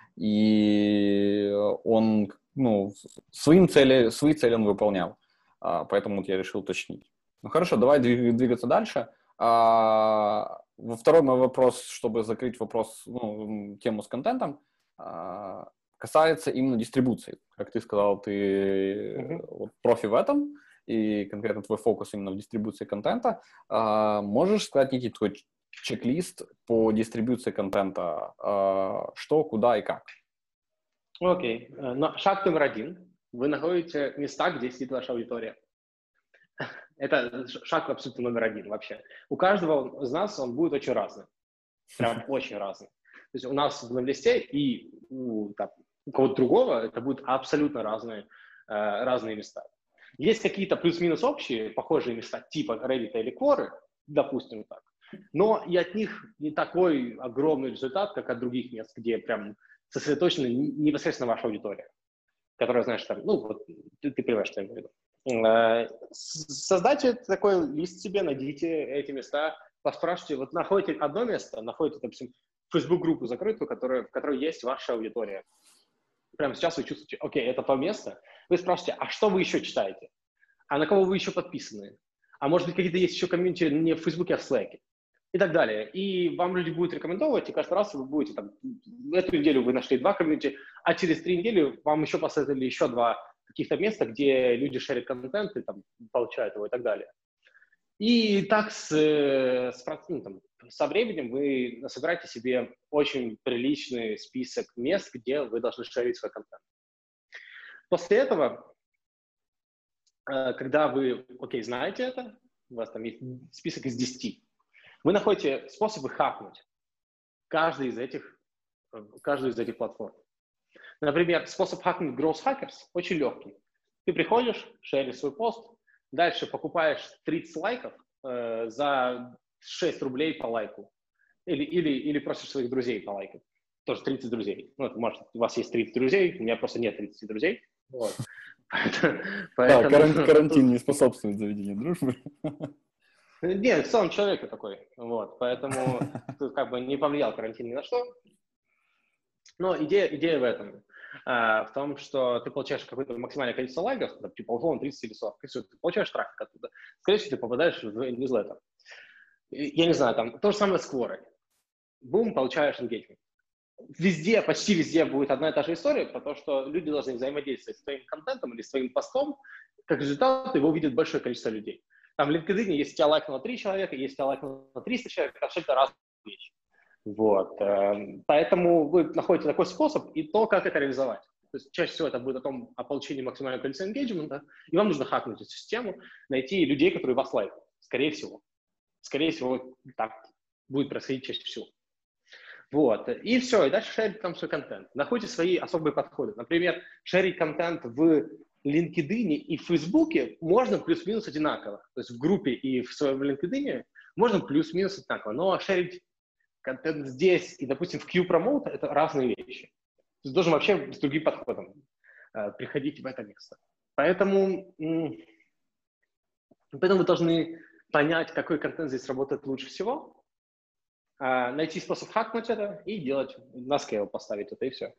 и он, свои цели он выполнял, поэтому вот я решил уточнить. Хорошо, давай двигаться дальше. Второй мой вопрос, чтобы закрыть вопрос, тему с контентом, касается именно дистрибуции. Как ты сказал, ты профи в этом, и конкретно твой фокус именно в дистрибуции контента. Можешь сказать некий твой чек-лист по дистрибуции контента? Что, куда и как? Окей. Шаг номер 1. Вы находите места, где сидит ваша аудитория. Это шаг абсолютно номер 1 вообще. У каждого из нас он будет очень разный. Прям очень разный. То есть у нас в листе и у кого-то другого это будут абсолютно разные места. Есть какие-то плюс-минус общие, похожие места, типа Reddit или Quora, допустим так, но и от них не такой огромный результат, как от других мест, где прям сосредоточена непосредственно ваша аудитория, которая, знаешь, там, ты понимаешь, что я имею в виду. Создайте такой лист себе, найдите эти места, поспрашивайте, вот находите одно место, находите, допустим, Facebook-группу закрытую, в которой есть ваша аудитория. Прямо сейчас вы чувствуете, окей, это то место. Вы спрашиваете, а что вы еще читаете? А на кого вы еще подписаны? А может быть, какие-то есть еще комьюнити не в Facebook, а в Slack? и так далее. И вам люди будут рекомендовать, и каждый раз вы будете, там, эту неделю вы нашли 2 комьюнити, а через 3 недели вам еще посоветовали еще 2 каких-то места, где люди шерят контент и там получают его и так далее. И так со временем вы собираете себе очень приличный список мест, где вы должны шерить свой контент. После этого, когда вы, знаете это, у вас там есть список из 10, вы находите способы хакнуть каждую из этих платформ. Например, способ хакнуть Growth Hackers очень легкий. Ты приходишь, шеришь свой пост, дальше покупаешь 30 лайков за 6 рублей по лайку. Или просишь своих друзей по лайку. Тоже 30 друзей. Ну, может, у вас есть 30 друзей, у меня просто нет 30 друзей. Вот. Да, карантин не способствует заведению дружбы. Нет, в целом человек такой. Вот. Поэтому тут как бы не повлиял карантин ни на что. Но идея в этом. В том, что ты получаешь какое-то максимальное количество лайков, типа условно 30 или 40, и все, ты получаешь трафик оттуда. Скорее всего, ты попадаешь в ньюслеттер. Я не знаю, там то же самое с Quora. Бум, получаешь engagement. Везде, почти везде будет одна и та же история, потому что люди должны взаимодействовать с твоим контентом или с твоим постом. Как результат, его увидит большое количество людей. Там в LinkedIn, если тебя лайкнуло 3 человека, если тебя лайкнуло 300 человек, это абсолютно разные вещи. Вот. Поэтому вы находите такой способ и то, как это реализовать. То есть чаще всего это будет о получении максимального количества engagement, и вам нужно хакнуть эту систему, найти людей, которые вас лайкают. Скорее всего. Скорее всего, так будет происходить чаще всего. Вот. И все, и дальше шерить там свой контент. Находите свои особые подходы. Например, шерить контент в LinkedIn и в Facebook можно плюс-минус одинаково. То есть в группе и в своем LinkedIn можно плюс-минус одинаково. Но шерить контент здесь и, допустим, в Q-Promote — это разные вещи. То есть должен вообще с другим подходом приходить в это место. Поэтому вы должны понять, какой контент здесь работает лучше всего, найти способ хакнуть это и делать, на скейл поставить это, и все.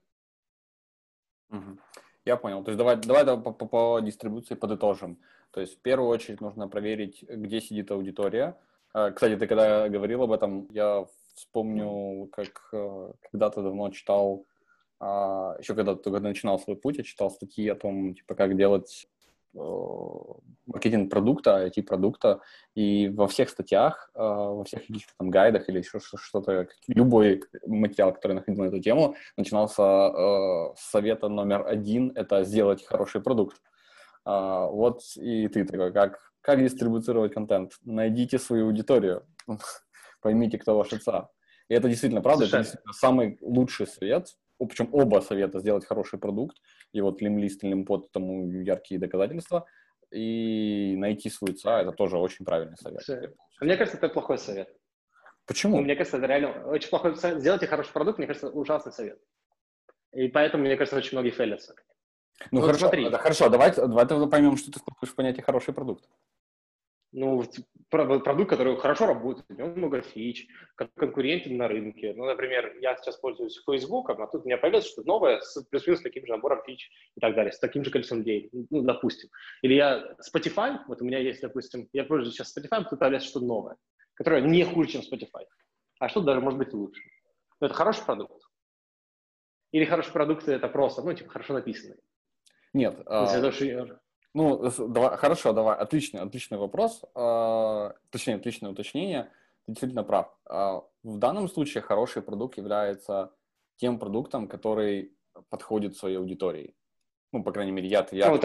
Я понял. То есть давай по дистрибуции подытожим. То есть в первую очередь нужно проверить, где сидит аудитория. Кстати, ты когда говорил об этом, я вспомнил, как когда-то давно читал, еще когда начинал свой путь, я читал статьи о том, типа, как делать маркетинг продукта, IT-продукта, и во всех статьях, во всех каких-то там гайдах или еще что-то, любой материал, который находил на эту тему, начинался с совета номер 1 – это сделать хороший продукт. Вот и ты такой, как дистрибуцировать контент? Найдите свою аудиторию, поймите, кто ваша цель. И это действительно правда, это действительно самый лучший совет, причем оба совета сделать хороший продукт, и вот лимлист и лимпод тому яркие доказательства, и найти свою цель, это тоже очень правильный совет. Мне кажется, это плохой совет. Почему? Мне кажется, это реально очень плохой совет. Сделайте хороший продукт, мне кажется, ужасный совет. И поэтому, мне кажется, очень многие фейлятся. Ну, хорошо, смотри. Хорошо, давай тогда поймем, что ты вкладываешь в понятие «хороший продукт». Ну, продукт, который хорошо работает, у него много фич, конкурентен на рынке. Ну, например, я сейчас пользуюсь Facebook, а тут у меня появилось что-то новое с плюс-минус таким же набором фич и так далее, с таким же количеством людей, ну, допустим. Или я Spotify, вот у меня есть, допустим, я пользуюсь сейчас Spotify, тут появляется что-то новое, которое не хуже, чем Spotify, а что-то даже может быть лучше. Но это хороший продукт. Или хороший продукт — это просто, ну, типа, хорошо написанный. Нет. Ну, хорошо, давай. Отличный вопрос. Точнее, отличное уточнение. Ты действительно прав. В данном случае хороший продукт является тем продуктом, который подходит своей аудитории. Ну, по крайней мере, я...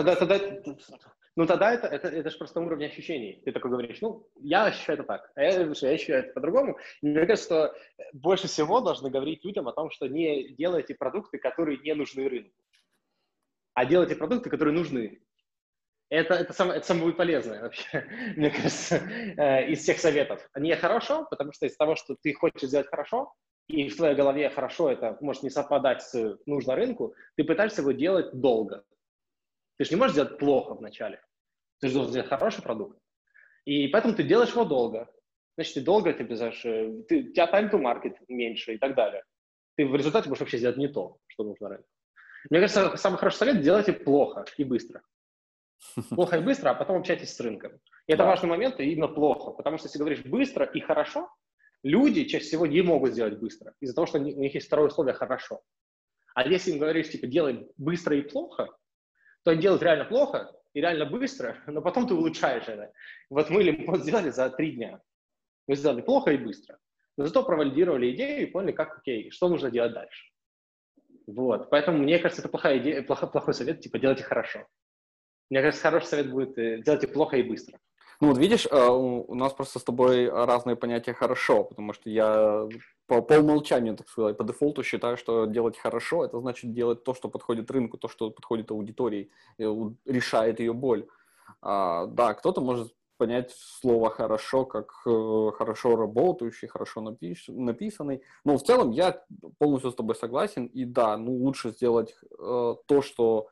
Тогда это же просто уровень ощущений. Ты такой говоришь, ну, я ощущаю это так, а я ощущаю это по-другому. И мне кажется, что больше всего должны говорить людям о том, что не делайте продукты, которые не нужны рынку, а делайте продукты, которые нужны. Это самое полезное вообще, мне кажется, из всех советов. Не хорошо, потому что из того, что ты хочешь сделать хорошо, и в твоей голове хорошо это может не совпадать с нужным рынку, ты пытаешься его делать долго. Ты же не можешь сделать плохо вначале. Ты же должен сделать хороший продукт. И поэтому ты делаешь его долго. Значит, ты долго, у тебя time to market меньше и так далее. Ты в результате будешь вообще сделать не то, что нужно рынку. Мне кажется, самый хороший совет – делайте плохо и быстро. Плохо и быстро, а потом общайтесь с рынком. И это важный момент, именно плохо. Потому что если говоришь быстро и хорошо, люди чаще всего не могут сделать быстро, из-за того, что у них есть второе условие «хорошо». А если им говоришь, типа, делай быстро и плохо, то они делают реально плохо и реально быстро, но потом ты улучшаешь это. Вот мы Лимонад сделали за 3 дня. Мы сделали плохо и быстро. Но зато провалидировали идею и поняли, как, окей, что нужно делать дальше. Вот. Поэтому, мне кажется, это плохая идея, плохой совет, типа, делайте хорошо. Мне кажется, хороший совет будет делайте плохо и быстро. Ну вот видишь, у нас просто с тобой разные понятия «хорошо», потому что я по умолчанию, так сказать, по дефолту считаю, что делать хорошо – это значит делать то, что подходит рынку, то, что подходит аудитории, решает ее боль. Да, кто-то может понять слово «хорошо» как хорошо работающий, хорошо написанный, но в целом я полностью с тобой согласен, и да, ну лучше сделать то, что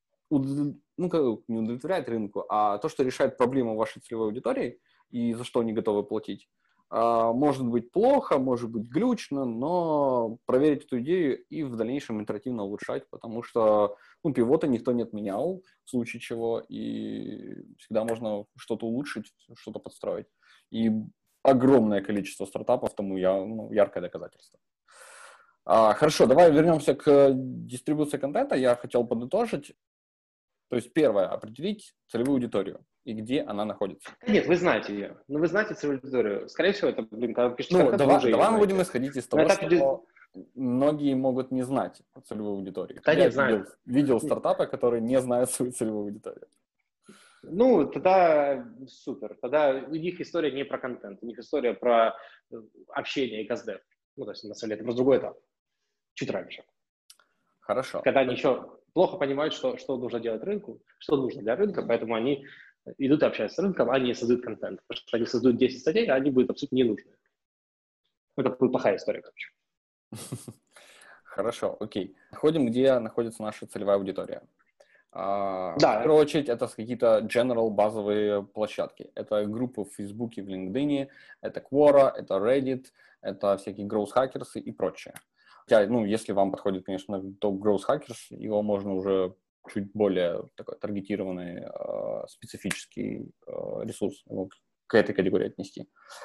не удовлетворяет рынку, а то, что решает проблему вашей целевой аудитории и за что они готовы платить. Может быть плохо, может быть глючно, но проверить эту идею и в дальнейшем итеративно улучшать, потому что пивота никто не отменял, в случае чего, и всегда можно что-то улучшить, что-то подстроить. И огромное количество стартапов тому яркое доказательство. Хорошо, давай вернемся к дистрибуции контента. Я хотел подытожить. То есть первое, определить целевую аудиторию и где она находится. Нет, вы знаете ее. Но вы знаете целевую аудиторию. Скорее всего, это, когда вы пишете контент, вы уже давай мы ее будем знаете. исходить из того, что многие могут не знать целевую аудиторию. Да, Я нет, знаю. видел стартапы, которые не знают свою целевую аудиторию. Ну, тогда супер. Тогда у них история не про контент, у них история про общение и каздев. Ну, то есть, на самом деле, это просто другой этап. Чуть раньше. Хорошо. Когда они еще плохо понимают, что нужно делать рынку, что нужно для рынка, поэтому они идут и общаются с рынком, а не создают контент. Потому что они создают 10 статей, а они будут абсолютно не нужны. Это будет плохая история, короче. Хорошо, окей. Находим, где находится наша целевая аудитория. Да. В первую очередь, это какие-то general базовые площадки. Это группы в Фейсбуке, в LinkedIn, это Quora, это Reddit, это всякие growth hackers и прочее. Хотя, если вам подходит, конечно, то growth hackers, его можно уже чуть более такой таргетированный, специфический ресурс к этой категории отнести.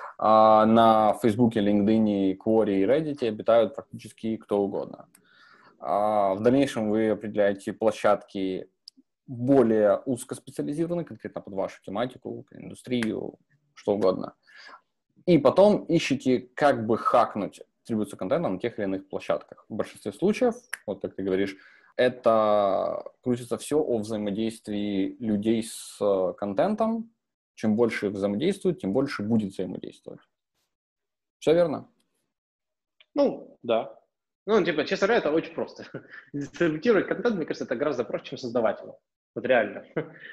На Фейсбуке, LinkedIn, Quora и Reddit обитают практически кто угодно. В дальнейшем вы определяете площадки более узкоспециализированные, конкретно под вашу тематику, индустрию, что угодно. И потом ищите, как бы хакнуть атрибуцию контента на тех или иных площадках. В большинстве случаев, вот как ты говоришь, это крутится все о взаимодействии людей с контентом. Чем больше взаимодействуют, тем больше будет взаимодействовать. Все верно? Ну, да. Честно говоря, это очень просто. Дистрибутировать контент, мне кажется, это гораздо проще, чем создавать его. Вот реально.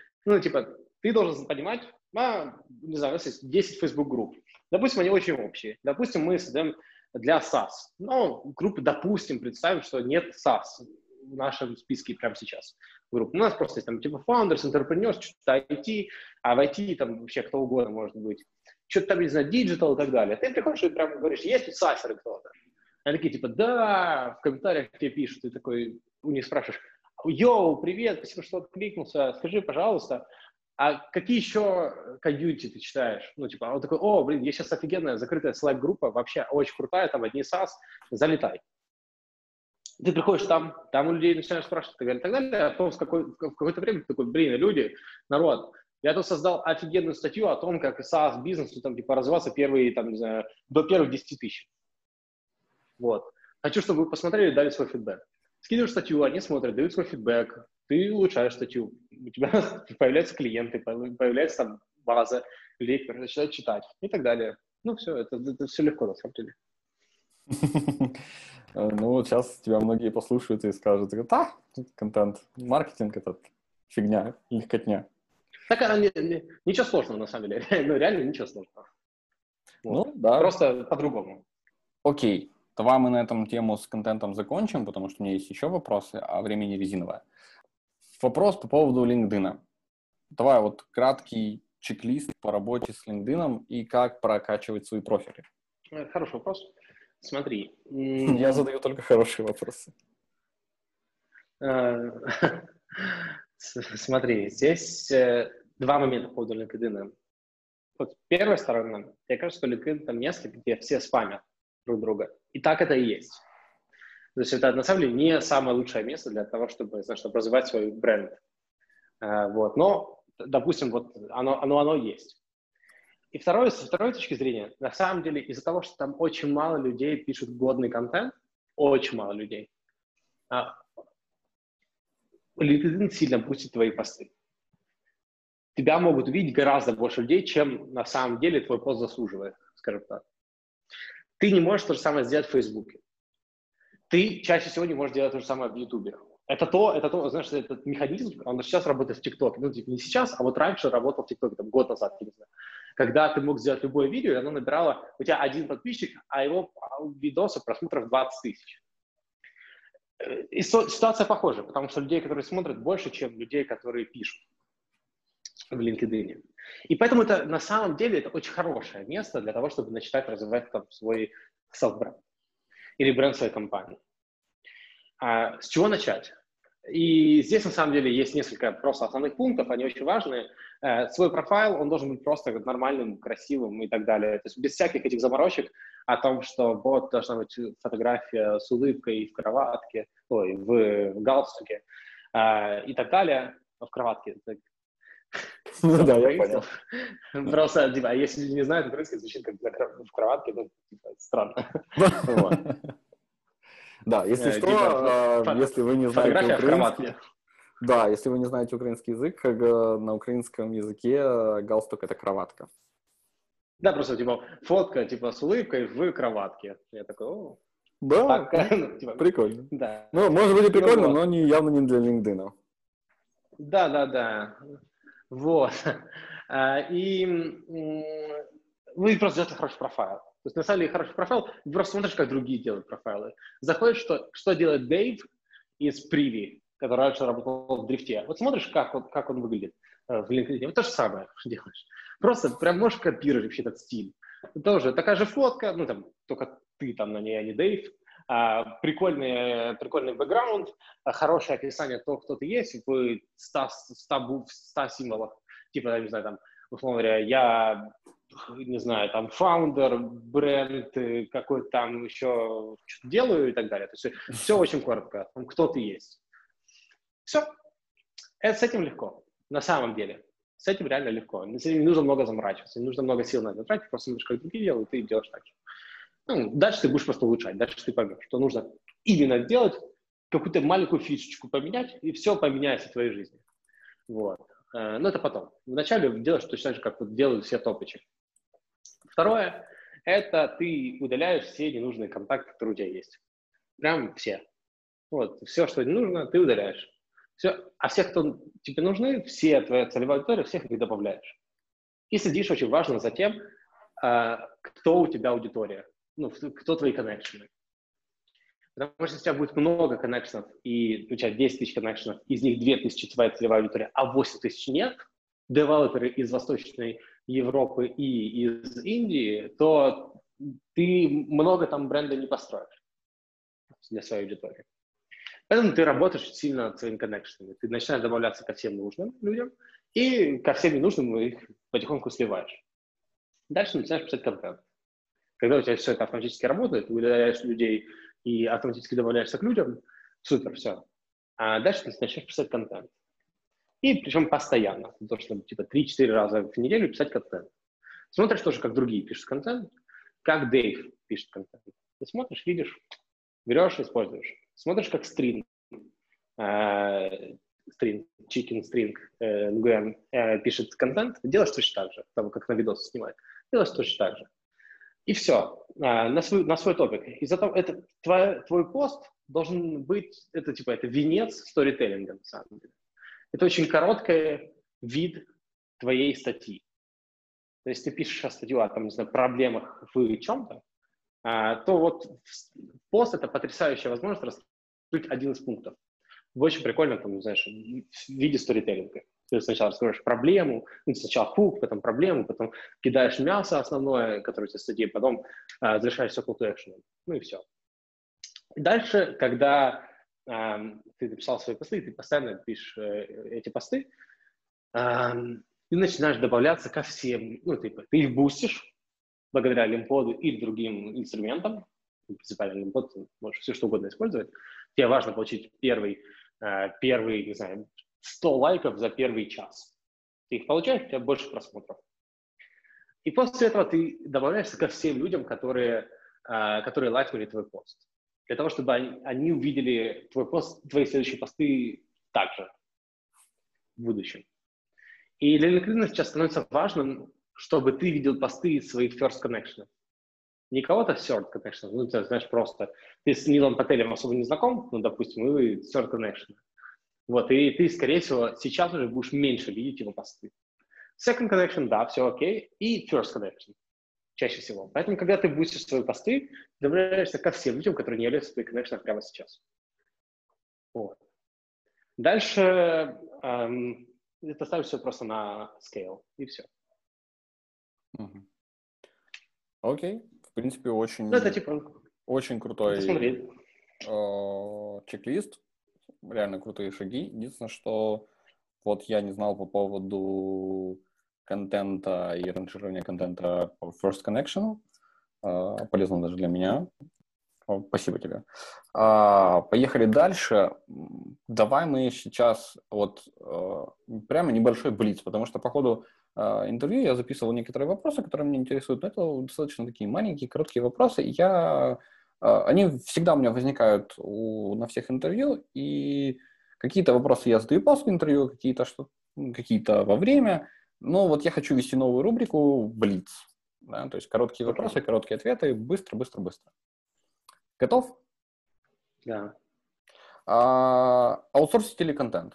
Ты должен понимать, не знаю, у нас есть 10 Facebook-групп. Допустим, они очень общие. Допустим, мы создаем для SaaS. Но группы, допустим, представим, что нет SaaS в нашем списке прямо сейчас. Групп. У нас просто есть там founders, entrepreneurs, что-то IT, а в IT там вообще кто угодно может быть. Что-то там, не знаю, digital и так далее. Ты приходишь и прямо говоришь, есть тут SaaS кто-то? Они такие, да, в комментариях тебе пишут, ты такой у них спрашиваешь, йоу, привет, спасибо, что откликнулся, скажи, пожалуйста, а какие еще комьюнити ты читаешь? Он такой, есть сейчас офигенная закрытая Slack-группа, вообще очень крутая, там одни SaaS, залетай. Ты приходишь там у людей начинаешь спрашивать и так далее, а потом в какое-то время ты такой, люди, народ, я тут создал офигенную статью о том, как SaaS-бизнесу развиваться до первых 10 тысяч. Вот. Хочу, чтобы вы посмотрели и дали свой фидбэк. Скидываешь статью, они смотрят, дают свой фидбэк, ты улучшаешь статью, у тебя появляются клиенты, появляется там база людей, которые начинают читать и так далее. Все, это все легко на самом деле. Сейчас тебя многие послушают и скажут, контент, маркетинг этот фигня, легкотня. Так, ничего сложного на самом деле, реально ничего сложного. Да. Просто по-другому. Окей. Давай мы на этом тему с контентом закончим, потому что у меня есть еще вопросы, а времени резиновое. Вопрос по поводу LinkedIn. Давай краткий чек-лист по работе с LinkedIn и как прокачивать свои профили. Хороший вопрос. Смотри. Я задаю только хорошие вопросы. Смотри, здесь два момента по поводу LinkedIn. Вот первая сторона, мне кажется, что LinkedIn это место, где все спамят друг друга. И так это и есть. То есть это на самом деле не самое лучшее место для того, чтобы, знаешь, чтобы развивать свой бренд. Вот. Но, допустим, вот оно есть. И со второй точки зрения, на самом деле, из-за того, что там очень мало людей пишут годный контент, очень мало людей, LinkedIn сильно пустит твои посты. Тебя могут увидеть гораздо больше людей, чем на самом деле твой пост заслуживает, скажем так. Ты не можешь то же самое сделать в Фейсбуке. Ты чаще всего не можешь делать то же самое в Ютубе. Это то, знаешь, этот механизм, он сейчас работает в ТикТоке. Ну, типа не сейчас, а вот раньше работал в ТикТоке, там, год назад, я не знаю. Когда ты мог сделать любое видео, и оно набирало у тебя один подписчик, а его видоса просмотров 20 тысяч. И ситуация похожа, потому что людей, которые смотрят, больше, чем людей, которые пишут в LinkedIn. И поэтому это на самом деле это очень хорошее место для того, чтобы начать развивать там свой self-бренд или бренд своей компании. С чего начать? И здесь, на самом деле, есть несколько просто основных пунктов, они очень важные. Свой профайл, он должен быть просто нормальным, красивым и так далее. То есть без всяких этих заморочек о том, что вот должна быть фотография с улыбкой в кроватке, в галстуке и так далее. В кроватке. Ну да, я понял. Просто, типа, если не знают украинский, звучит как в кроватке, ну, типа, странно. Да, если что, если вы не знаете украинский... Да, если вы не знаете украинский язык, на украинском языке галстук — это кроватка. Да, просто, типа, фотка, типа, с улыбкой в кроватке. Я такой, о. Да, Типа, прикольно. Да. Ну, может быть и прикольно, вот. но явно не для LinkedIn. Да. Вот. И вы просто делаете хороший профайл. То есть, на самом деле, хороший профайл, ты просто смотришь, как другие делают профайлы. Заходишь, что делает Дэйв из Приви, который раньше работал в дрифте. Вот смотришь, как он выглядит в LinkedIn. Вот то же самое делаешь. Просто прям можешь копировать вообще этот стиль. Тоже такая же фотка, ну, там, только ты там на ней, а не Дэйв. Прикольный бэкграунд, хорошее описание того, кто ты есть в 100 символах. Типа, я не знаю, там, условно говоря, я, не знаю, там, фаундер, бренд, какой-то там еще что-то делаю и так далее. То есть все очень коротко, кто ты есть. Все. С этим легко, на самом деле. С этим реально легко. С этим не нужно много заморачиваться, не нужно много сил на это тратить, просто смотришь, как другие делают, и ты делаешь так же. Ну, дальше ты будешь просто улучшать, дальше ты поймешь, что нужно именно сделать, какую-то маленькую фишечку поменять, и все поменяется в твоей жизни. Вот. Но это потом. Вначале делаешь точно так же, как вот делают все топычи. Второе, это ты удаляешь все ненужные контакты, которые у тебя есть. Прям все. Вот. Все, что не нужно, ты удаляешь. Все. А всех, кто тебе нужны, все твоя целевая аудитория, всех их добавляешь. И следишь очень важно за тем, кто у тебя аудитория. Ну, кто твои коннекшены. Потому что если у тебя будет много коннекшенов, и у тебя 10 тысяч коннекшенов, из них 2000 твоя целевая аудитория, а 8 тысяч нет, девелоперы из Восточной Европы и из Индии, то ты много там бренда не построишь для своей аудитории. Поэтому ты работаешь сильно над своими коннекшенами. Ты начинаешь добавляться ко всем нужным людям, и ко всем ненужным их потихоньку сливаешь. Дальше начинаешь писать контент. Когда у тебя все это автоматически работает, ты удаляешь людей и автоматически добавляешься к людям, супер, все. А дальше ты начинаешь писать контент. И причем постоянно. То, что типа 3-4 раза в неделю писать контент. Смотришь тоже, как другие пишут контент, как Дэйв пишет контент. Ты смотришь, видишь, берешь, используешь. Смотришь, как Chicken String, пишет контент, делаешь точно так же, того, как на видосы снимает. Делаешь точно так же. И все, на свой топик. Из-за того, это твой пост должен быть, это типа, это венец сторителлинга, на самом деле. Это очень короткий вид твоей статьи. То есть ты пишешь статью о, там, не знаю, проблемах в чем-то, то вот пост — это потрясающая возможность раскрыть один из пунктов. Очень прикольно, там, знаешь, в виде сторителлинга. Ты сначала раскроешь проблему, сначала хук, потом проблему, потом кидаешь мясо основное, которое у тебя в статье, потом завершаешь все call to action. Ну и все. Дальше, когда ты написал свои посты, ты постоянно пишешь эти посты, ты начинаешь добавляться ко всем. Ну, типа, ты их бустишь благодаря лимподу и другим инструментам. Принципиально лимпод, ты можешь все что угодно использовать. Тебе важно получить первый, не знаю, 100 лайков за первый час. Ты их получаешь, у тебя больше просмотров. И после этого ты добавляешься ко всем людям, которые лайкнули твой пост. Для того, чтобы они увидели твой пост, твои следующие посты также в будущем. И для LinkedIn сейчас становится важным, чтобы ты видел посты своих first connections. Не кого-то third connections, ну, ты знаешь, просто ты с Нилом Пателем особо не знаком, ну, допустим, и вы third connection. Вот, и ты, скорее всего, сейчас уже будешь меньше видеть его посты. Second connection, да, все окей, и first connection чаще всего. Поэтому, когда ты бустишь свои посты, добавляешься ко всем людям, которые не являются твоими коннекшенами прямо сейчас. Вот. Дальше это ставишь все просто на scale, и все. Окей. В принципе, очень, Ну, это типа... очень крутой Посмотри. чек-лист. Реально крутые шаги. Единственное, что вот я не знал по поводу контента и ранжирования контента по First Connection. Полезно даже для меня. Спасибо тебе. Поехали дальше. Давай мы сейчас вот прямо небольшой блиц, потому что по ходу интервью я записывал некоторые вопросы, которые меня интересуют, но это достаточно такие маленькие, короткие вопросы, и они всегда у меня возникают на всех интервью, и какие-то вопросы я задаю после интервью, какие-то во время, но вот я хочу вести новую рубрику «Блиц». Да, то есть короткие вопросы, короткие ответы, быстро. Готов? Да. Аутсорсить или контент?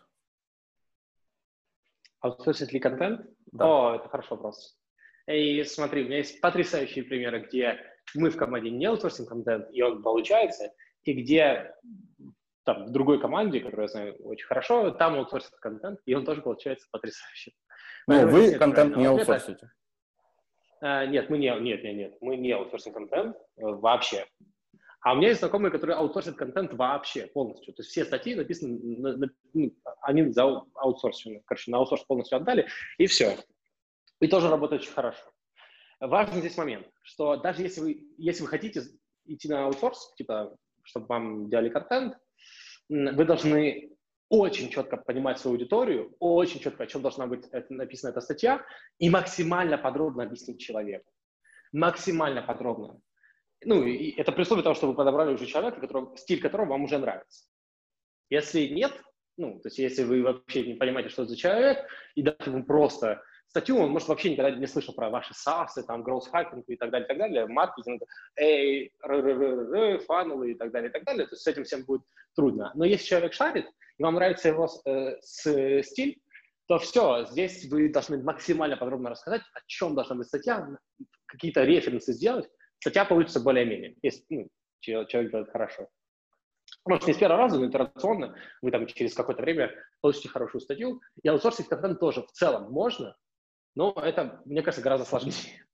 Аутсорсить ли контент? Да. О, это хороший вопрос. И смотри, у меня есть потрясающие примеры, где мы в команде не аутсорсим контент, и он получается, и где там в другой команде, которую я знаю очень хорошо, там аутсорсит контент, и он тоже получается потрясающим. Но вы контент не аутсорсите? Нет, мы не аутсорсим контент вообще. А у меня есть знакомые, которые аутсорсят контент вообще полностью. То есть все статьи написаны, они аутсорсены. Короче, на аутсорс полностью отдали, и все. И тоже работает очень хорошо. Важный здесь момент, что даже если вы хотите идти на аутсорс, типа, чтобы вам делали контент, вы должны очень четко понимать свою аудиторию, очень четко, о чем должна быть написана эта статья, и максимально подробно объяснить человеку. Максимально подробно. Ну, и это при условии того, что вы подобрали уже человека, стиль которого вам уже нравится. Если нет, то есть если вы вообще не понимаете, что это за человек, и дать ему просто статью, он, может, вообще никогда не слышал про ваши SaaS, там, growth hacking и так далее, маркетинг, фанелы и так далее, то есть с этим всем будет трудно. Но если человек шарит, и вам нравится его стиль, то все, здесь вы должны максимально подробно рассказать, о чем должна быть статья, какие-то референсы сделать, статья получится более-менее, если человек делает хорошо. Может, не с первого раза, но итерационно вы там через какое-то время получите хорошую статью. И аутсорсить контент тоже в целом можно, но это, мне кажется, гораздо сложнее.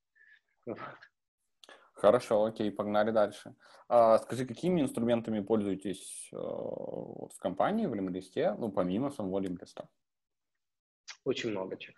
Хорошо, окей, погнали дальше. Скажи, какими инструментами пользуетесь в компании, в лимлисте, помимо самого лимлиста? Очень много чего.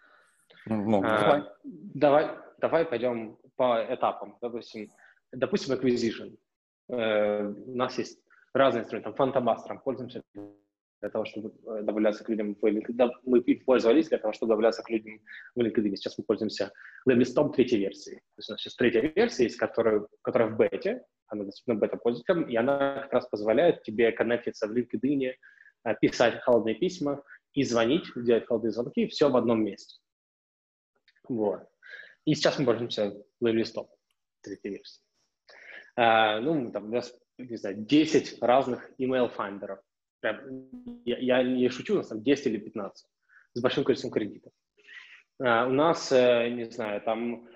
Давай. Пойдем по этапам. Допустим, acquisition. У нас есть разные инструменты. Фантомастером пользуемся для того, чтобы добавляться к людям в LinkedIn. Мы пользовались для того, чтобы добавляться к людям в LinkedIn. Сейчас мы пользуемся лимлистом третьей версии. То есть у нас сейчас третья версия, которая в бете, она доступна бета-пользователям, и она как раз позволяет тебе коннектиться в LinkedIn, писать холодные письма и звонить, делать холодные звонки, все в одном месте. Вот. И сейчас мы пользуемся лимлистом третьей версии. Там у нас, не знаю, 10 разных email-файндеров. Я не шучу, у нас там 10 или 15 с большим количеством кредитов. У нас, не знаю, там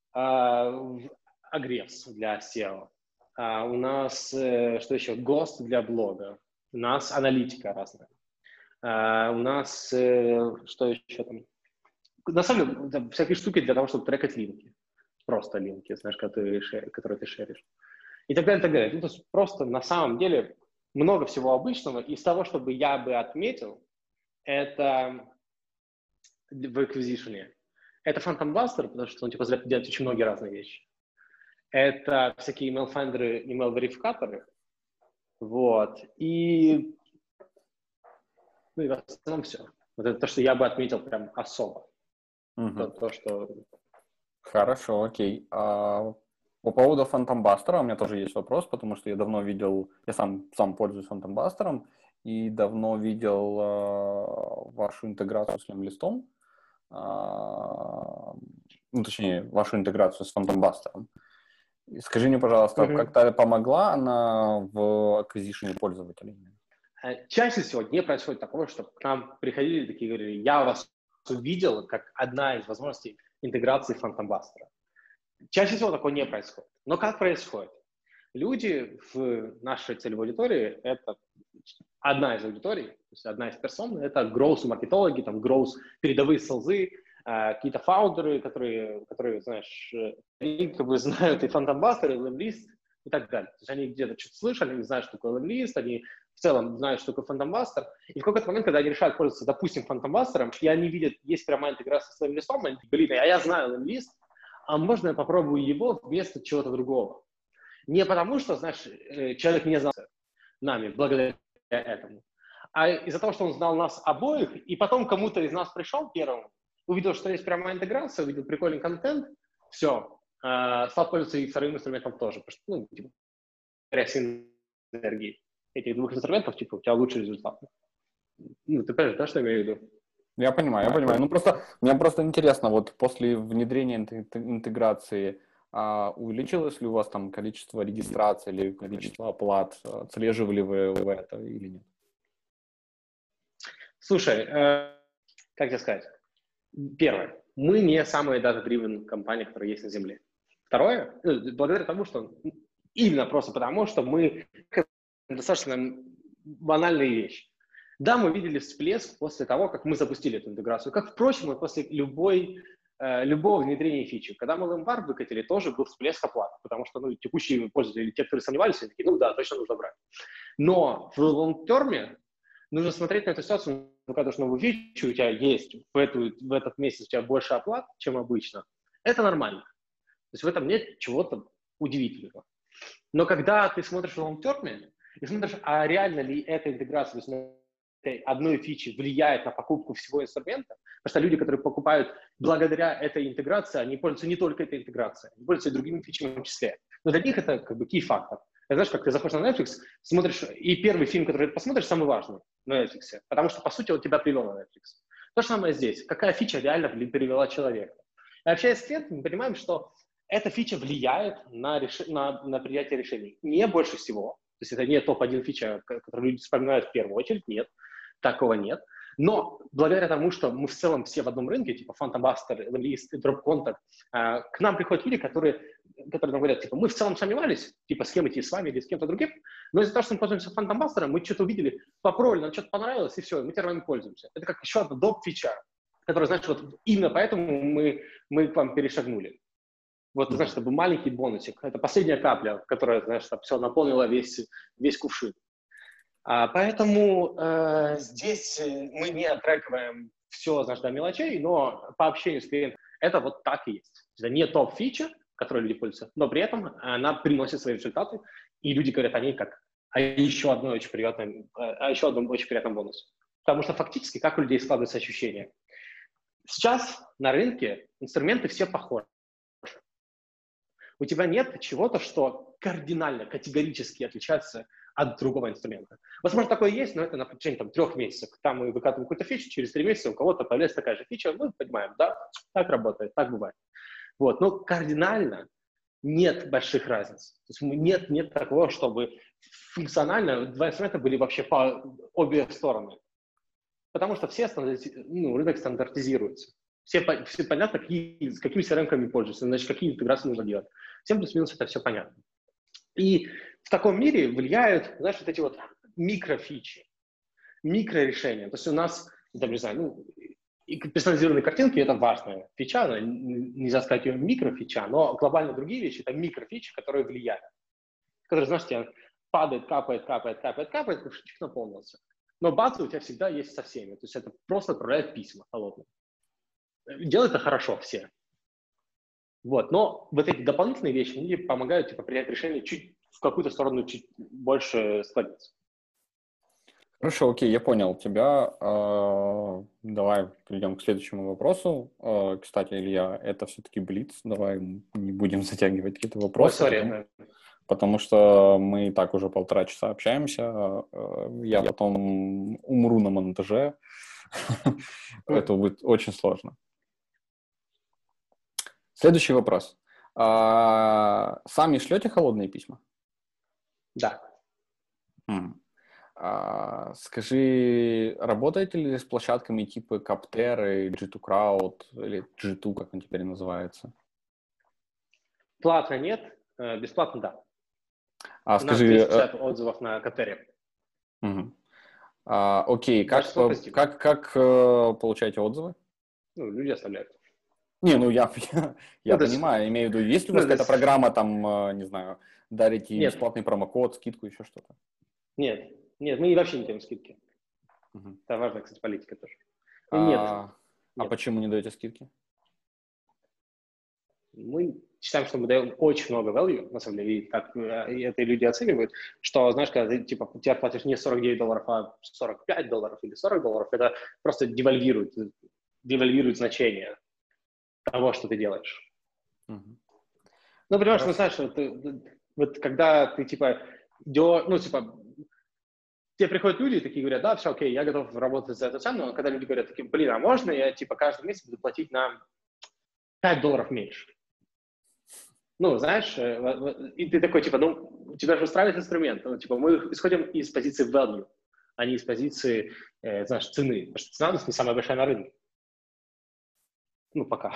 Ahrefs для SEO. У нас, что еще, Ghost для блога. У нас аналитика разная. У нас, что еще там? На самом деле, там всякие штуки для того, чтобы трекать линки. Просто линки, знаешь, которые ты шеришь. И так далее, так далее. То есть просто на самом деле много всего обычного. Из того, чтобы я бы отметил, это в acquisition. Это Phantom Buster, потому что он тебе позволяет делать очень многие разные вещи. Это всякие email-файндеры, email-верификаторы. Вот. И в основном все. Вот это то, что я бы отметил прям особо. То, что... Хорошо, окей. По поводу Phantom Buster у меня тоже есть вопрос, потому что я давно видел, я сам пользуюсь Phantom Buster и давно видел вашу интеграцию с Lemlist, точнее, вашу интеграцию с Phantom Buster. Скажи мне, пожалуйста, как-то помогла она в acquisition пользователей? Чаще всего не происходит такого, что к нам приходили такие и говорили, я вас увидел как одна из возможностей интеграции Phantom Buster. Чаще всего такое не происходит. Но как происходит? Люди в нашей целевой аудитории, это одна из аудиторий, то есть одна из персон, это growth-маркетологи, там growth передовые селзы, какие-то фаундеры, которые, знаешь, они как бы знают и Phantom Buster, и Lemlist, и так далее. То есть они где-то что-то слышали, они знают, что такое Lemlist, они в целом знают, что такое Phantom Buster, и в какой-то момент, когда они решают пользоваться, допустим, Phantom Buster, и они видят, есть прямая интеграция с Lemlist, они говорят, а я знаю Lemlist, а можно я попробую его вместо чего-то другого? Не потому, что, знаешь, человек не знал нами благодаря этому, а из-за того, что он знал нас обоих, и потом кому-то из нас пришел первым, увидел, что есть прямая интеграция, увидел прикольный контент, все, стал пользоваться и вторым инструментом тоже, потому что, синергии этих двух инструментов, у тебя лучший результат. Ты понимаешь, да, что я имею в виду? Я понимаю. Мне просто интересно, вот после внедрения интеграции увеличилось ли у вас там количество регистраций или количество оплат? Отслеживали вы это или нет? Слушай, как тебе сказать? Первое. Мы не самая data-driven компания, которая есть на Земле. Второе, благодаря тому, что именно просто потому, что мы достаточно банальные вещи. Да, мы видели всплеск после того, как мы запустили эту интеграцию, как, впрочем, и после любого внедрения фичи. Когда мы Lembar выкатили, тоже был всплеск оплат, потому что текущие пользователи, те, которые сомневались, они такие, да, точно нужно брать. Но в лонг-терме нужно смотреть на эту ситуацию, когда новую фичу у тебя есть, в этот месяц у тебя больше оплат, чем обычно. Это нормально. То есть в этом нет чего-то удивительного. Но когда ты смотришь в лонг-терме и смотришь, а реально ли эта интеграция, то есть одной фичи влияет на покупку всего инструмента, потому что люди, которые покупают благодаря этой интеграции, они пользуются не только этой интеграцией, они пользуются и другими фичами в том числе. Но для них это как бы key фактор. Знаешь, как ты заходишь на Netflix, смотришь, и первый фильм, который ты посмотришь, самый важный на Netflix, потому что, по сути, он тебя привел на Netflix. То же самое здесь. Какая фича реально привела человека? И общаясь с клиентом, мы понимаем, что эта фича влияет на принятие решений. Не больше всего. То есть это не топ-1 фича, которую люди вспоминают в первую очередь. Нет, такого нет. Но благодаря тому, что мы в целом все в одном рынке, типа Phantom Buster, Lemlist, Drop Contact, к нам приходят люди, которые нам говорят, типа, мы в целом сомневались, типа, с кем идти, с вами или с кем-то другим, но из-за того, что мы пользуемся Phantom Buster, мы что-то увидели, попробовали, нам что-то понравилось, и все, мы теперь вами пользуемся. Это как еще одна доп-фича, которая, знаешь, вот именно поэтому мы к вам перешагнули. Вот, ты знаешь, это был маленький бонусик. Это последняя капля, которая, знаешь, все наполнила весь кувшин. Поэтому здесь мы не оттрекиваем все, знаешь, до мелочей, но по общению с клиентом это вот так и есть. Это не топ-фича, которой люди пользуются, но при этом она приносит свои результаты, и люди говорят о ней как о еще одном очень приятном бонусе. Потому что фактически, как у людей складывается ощущение? Сейчас на рынке инструменты все похожи. У тебя нет чего-то, что кардинально, категорически отличается от другого инструмента. Возможно, такое есть, но это на протяжении 3 месяцев. Там мы выкатываем какую-то фичу, через 3 месяца у кого-то появляется такая же фича, мы понимаем, да, так работает, так бывает. Вот. Но кардинально нет больших разниц. То есть нет такого, чтобы функционально 2 инструмента были вообще по обе стороны. Потому что рынок стандартизируется. Все понятно, с какими CRM-ками пользуются, значит, какие интеграции нужно делать. Всем плюс-минус это все понятно. И в таком мире влияют, знаешь, вот эти вот микрофичи, микрорешения. То есть у нас, не знаю, и персонализированные картинки – это важная фича, нельзя сказать ее микрофича, но глобально другие вещи – это микрофичи, которые влияют. Которые, знаешь, тебе падает, капает, кувшинчик наполнился. Но база у тебя всегда есть со всеми. То есть это просто отправляет письма холодные. делают это хорошо все. Вот, но вот эти дополнительные вещи, они помогают типа, принять решение чуть в какую-то сторону чуть больше склониться. Хорошо, окей, я понял тебя. Давай перейдем к следующему вопросу. Кстати, Илья, это все-таки блиц. Давай не будем затягивать какие-то Ой, вопросы, сори. потому что мы и так уже 1,5 часа общаемся. Я потом умру на монтаже. Это будет очень сложно. Следующий вопрос. Сами шлете холодные письма? Да. Скажи, работаете ли с площадками типа Capterra, G2Crowd или G2, как он теперь называется? Платно нет, бесплатно да. У нас Скажи, 250 отзывов на Каптере. окей, как получаете отзывы? Ну, люди оставляют. Не, ну я то есть- понимаю, имею в виду, есть ли у вас какая-то программа, там, не знаю, дарите Нет. бесплатный промокод, скидку, еще что-то? Нет, мы вообще не даем скидки. Это важная, кстати, политика тоже. Нет. Почему не даете скидки? Мы считаем, что мы даем очень много value, на самом деле, и так и это и люди оценивают, что, знаешь, когда ты, типа, тебе платишь не $49, а $45 или $40, это просто девальвирует значение того, что ты делаешь. Ну, понимаешь, ну, знаешь, вот когда ты, типа, тебе приходят люди и такие говорят, да, все, окей, я готов работать за это сам, но когда люди говорят, такие, блин, а можно я, типа, каждый месяц буду платить на $5 меньше? Ну, знаешь, и ты такой, типа, ну, тебя же устраивает инструмент. Ну, типа, мы исходим из позиции value, а не из позиции, знаешь, цены. Потому что цена у нас не самая большая на рынке. Ну, пока.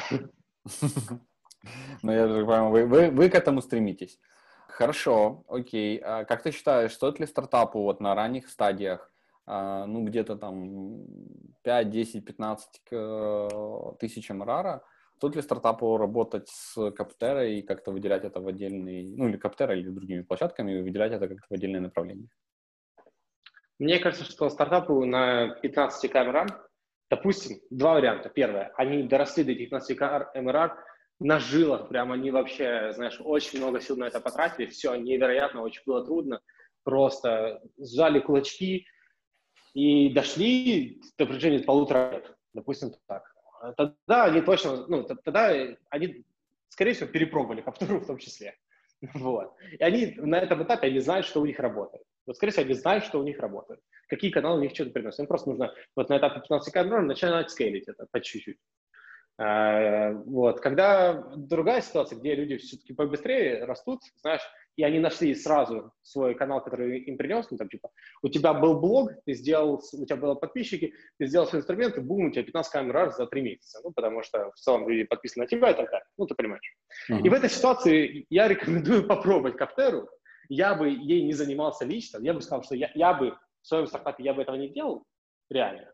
Ну, я же понимаю, вы к этому стремитесь. Хорошо, окей. А как ты считаешь, стоит ли стартапу вот на ранних стадиях, ну, где-то там 5, 10, 15 тысяч МРР, стоит ли стартапу работать с Capterra и как-то выделять это в отдельный, ну, или Capterra, или другими площадками, и выделять это как-то в отдельное направление? Мне кажется, что стартапу на 15 МРР, допустим, два варианта. Первое, они доросли до 15 МРР на жилах, прям они вообще, знаешь, очень много сил на это потратили, все невероятно, очень было трудно, просто сжали кулачки и дошли до протяжении 1,5 лет, допустим, так. Тогда они точно, ну, тогда они, скорее всего, перепробовали Capterra в том числе. Вот. И они на этом этапе, они знают, что у них работает. Вот, скорее всего, они знают, что у них работает. Какие каналы у них что-то приносят. Им просто нужно вот на этапе 15 камер начинать скейлить это по чуть-чуть. Вот. Когда другая ситуация, где люди все-таки побыстрее растут, знаешь, и они нашли сразу свой канал, который им принес, ну, там, типа, у тебя был блог, у тебя были подписчики, ты сделал свой инструмент, и бум, у тебя 15 камер за 3 месяца. Ну, потому что в целом люди подписаны на тебя и так далее. Ну, ты понимаешь. И в этой ситуации я рекомендую попробовать Capterra. Я бы ей не занимался лично. Я бы сказал, что я бы в своем стартапе я бы этого не делал, реально.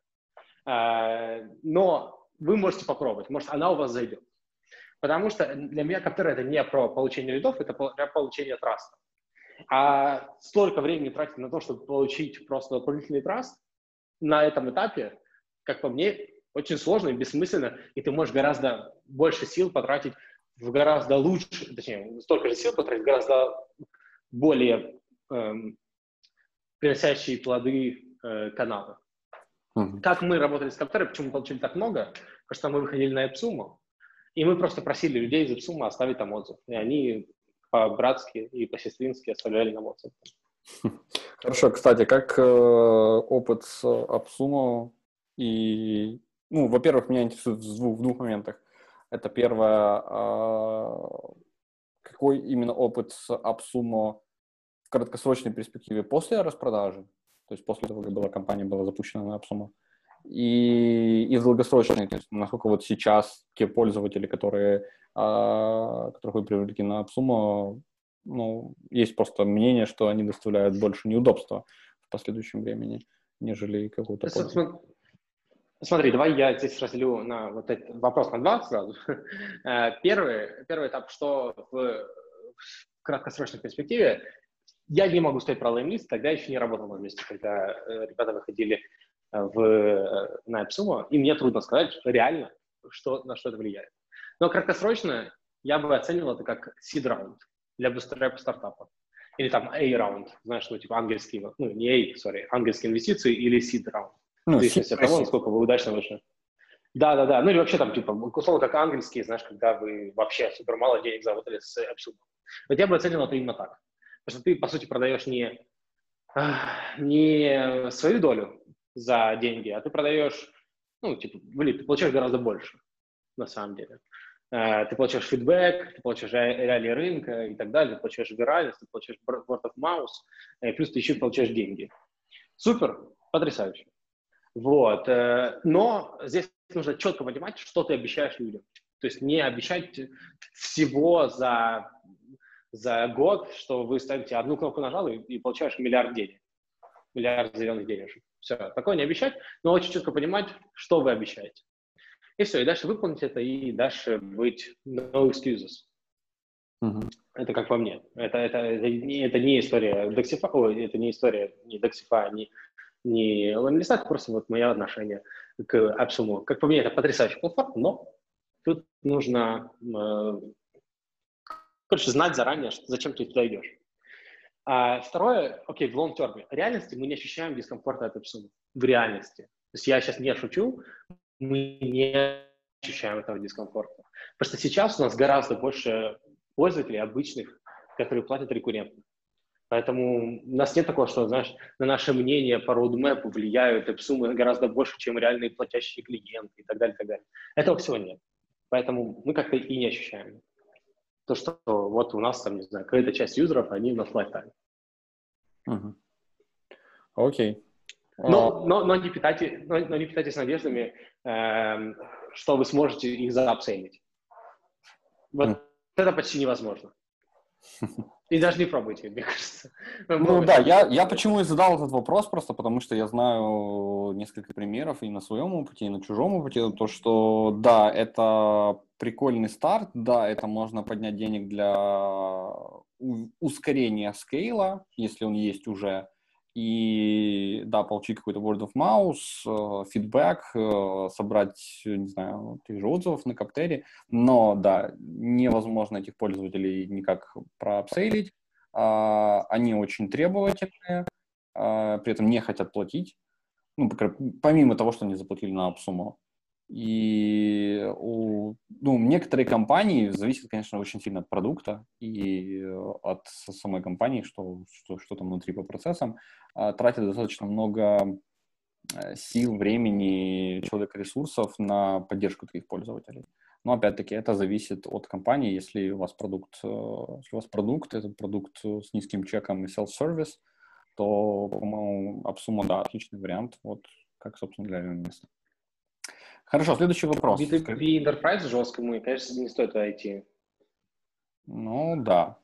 Но вы можете попробовать, может, она у вас зайдет. Потому что для меня Capterra это не про получение лидов, это про получение траста. А столько времени тратить на то, чтобы получить просто дополнительный траст на этом этапе, как по мне, очень сложно и бессмысленно, и ты можешь гораздо больше сил потратить в гораздо лучше, точнее, столько же сил потратить в гораздо более приносящие плоды каналы. Как мы работали с Capterra, почему мы получили так много? Потому что мы выходили на AppSumo, и мы просто просили людей из AppSumo оставить там отзыв. И они по-братски и по-сестрински оставляли нам отзыв. Хорошо, кстати, как опыт с AppSumo и... Ну, во-первых, меня интересует в двух моментах. Это первое, какой именно опыт с AppSumo в краткосрочной перспективе после распродажи, то есть после того, как компания была запущена на AppSumo, и в долгосрочной, то есть насколько вот сейчас те пользователи, которых вы привлекли на AppSumo, ну, есть просто мнение, что они доставляют больше неудобства в последующем времени, нежели какую-то пользу. Смотри, давай я здесь разделю на вот этот вопрос на два сразу. Первый этап, что в краткосрочной перспективе я не могу сказать про лейм-лист, тогда еще не работал вместе, когда ребята выходили на AppSumo, и мне трудно сказать, реально, на что это влияет. Но краткосрочно я бы оценивал это как seed round для bootstrap стартапа. Или там A-раунд, знаешь, ну, типа ангельские, ну, не A, ангельские инвестиции или seed раунд. Ну, В зависимости от того, насколько вы удачно вышли. Да. Ну, или вообще там, типа, условно, как ангельские, знаешь, когда вы вообще супер мало денег заработали с Absolute. Вот я бы оценил это именно так. Потому что ты, по сути, продаешь не свою долю за деньги, а ты продаешь, ну, типа, ты получаешь гораздо больше, на самом деле. Ты получаешь фидбэк, ты получаешь реалии рынка и так далее, ты получаешь виральность, ты получаешь word of mouth, плюс ты еще получаешь деньги. Супер, потрясающе. Вот. Но здесь нужно четко понимать, что ты обещаешь людям. То есть не обещать всего за год, что вы ставите одну кнопку нажал и получаешь миллиард денег. Миллиард зеленых денежек. Все. Такое не обещать, но очень четко понимать, что вы обещаете. И все. И дальше выполнить это, и дальше быть no excuses. Это как по мне. Это не история Dexify, это не история ни Dexify, не Lemlist, это просто вот мое отношение к AppSumo. Как по мне, это потрясающая платформа, но тут нужно, знать заранее, зачем ты туда идешь. А второе, окей, в long-term. В реальности мы не ощущаем дискомфорта от AppSumo. В реальности. То есть я сейчас не шучу, мы не ощущаем этого дискомфорта. Просто сейчас у нас гораздо больше пользователей обычных, которые платят рекуррентно. Поэтому у нас нет такого, что, знаешь, на наше мнение по роудмэпу влияют AppSumo гораздо больше, чем реальные платящие клиенты и так далее, и так далее. Этого всего нет. Поэтому мы как-то и не ощущаем. То, что вот у нас там, не знаю, какая-то часть юзеров, они на lifetime. Окей. Но не питайтесь надеждами, что вы сможете их заапсейлить. Вот это почти невозможно. И даже не пробуйте, мне кажется. Ну да, я почему и задал этот вопрос, просто потому что я знаю несколько примеров и на своем опыте, и на чужом опыте, то, что да, это прикольный старт, да, это можно поднять денег для ускорения скейла, если он есть уже, и да, получить какой-то word of mouth, фидбэк, собрать, не знаю, тех же отзывов на Каптере, но да, невозможно этих пользователей никак проапсейлить. Они очень требовательные, при этом не хотят платить, ну, помимо того, что они заплатили на AppSumo. И некоторые компании, зависит, конечно, очень сильно от продукта и от самой компании, что там внутри по процессам, тратят достаточно много сил, времени, человека-ресурсов на поддержку таких пользователей. Но, опять-таки, это зависит от компании. Если у вас продукт, это продукт с низким чеком и self-service, то, по-моему, AppSumo, да, отличный вариант, вот как, собственно, для места. Хорошо, следующий вопрос. B2B Enterprise жесткому, мне кажется, не стоит туда идти. Ну, да.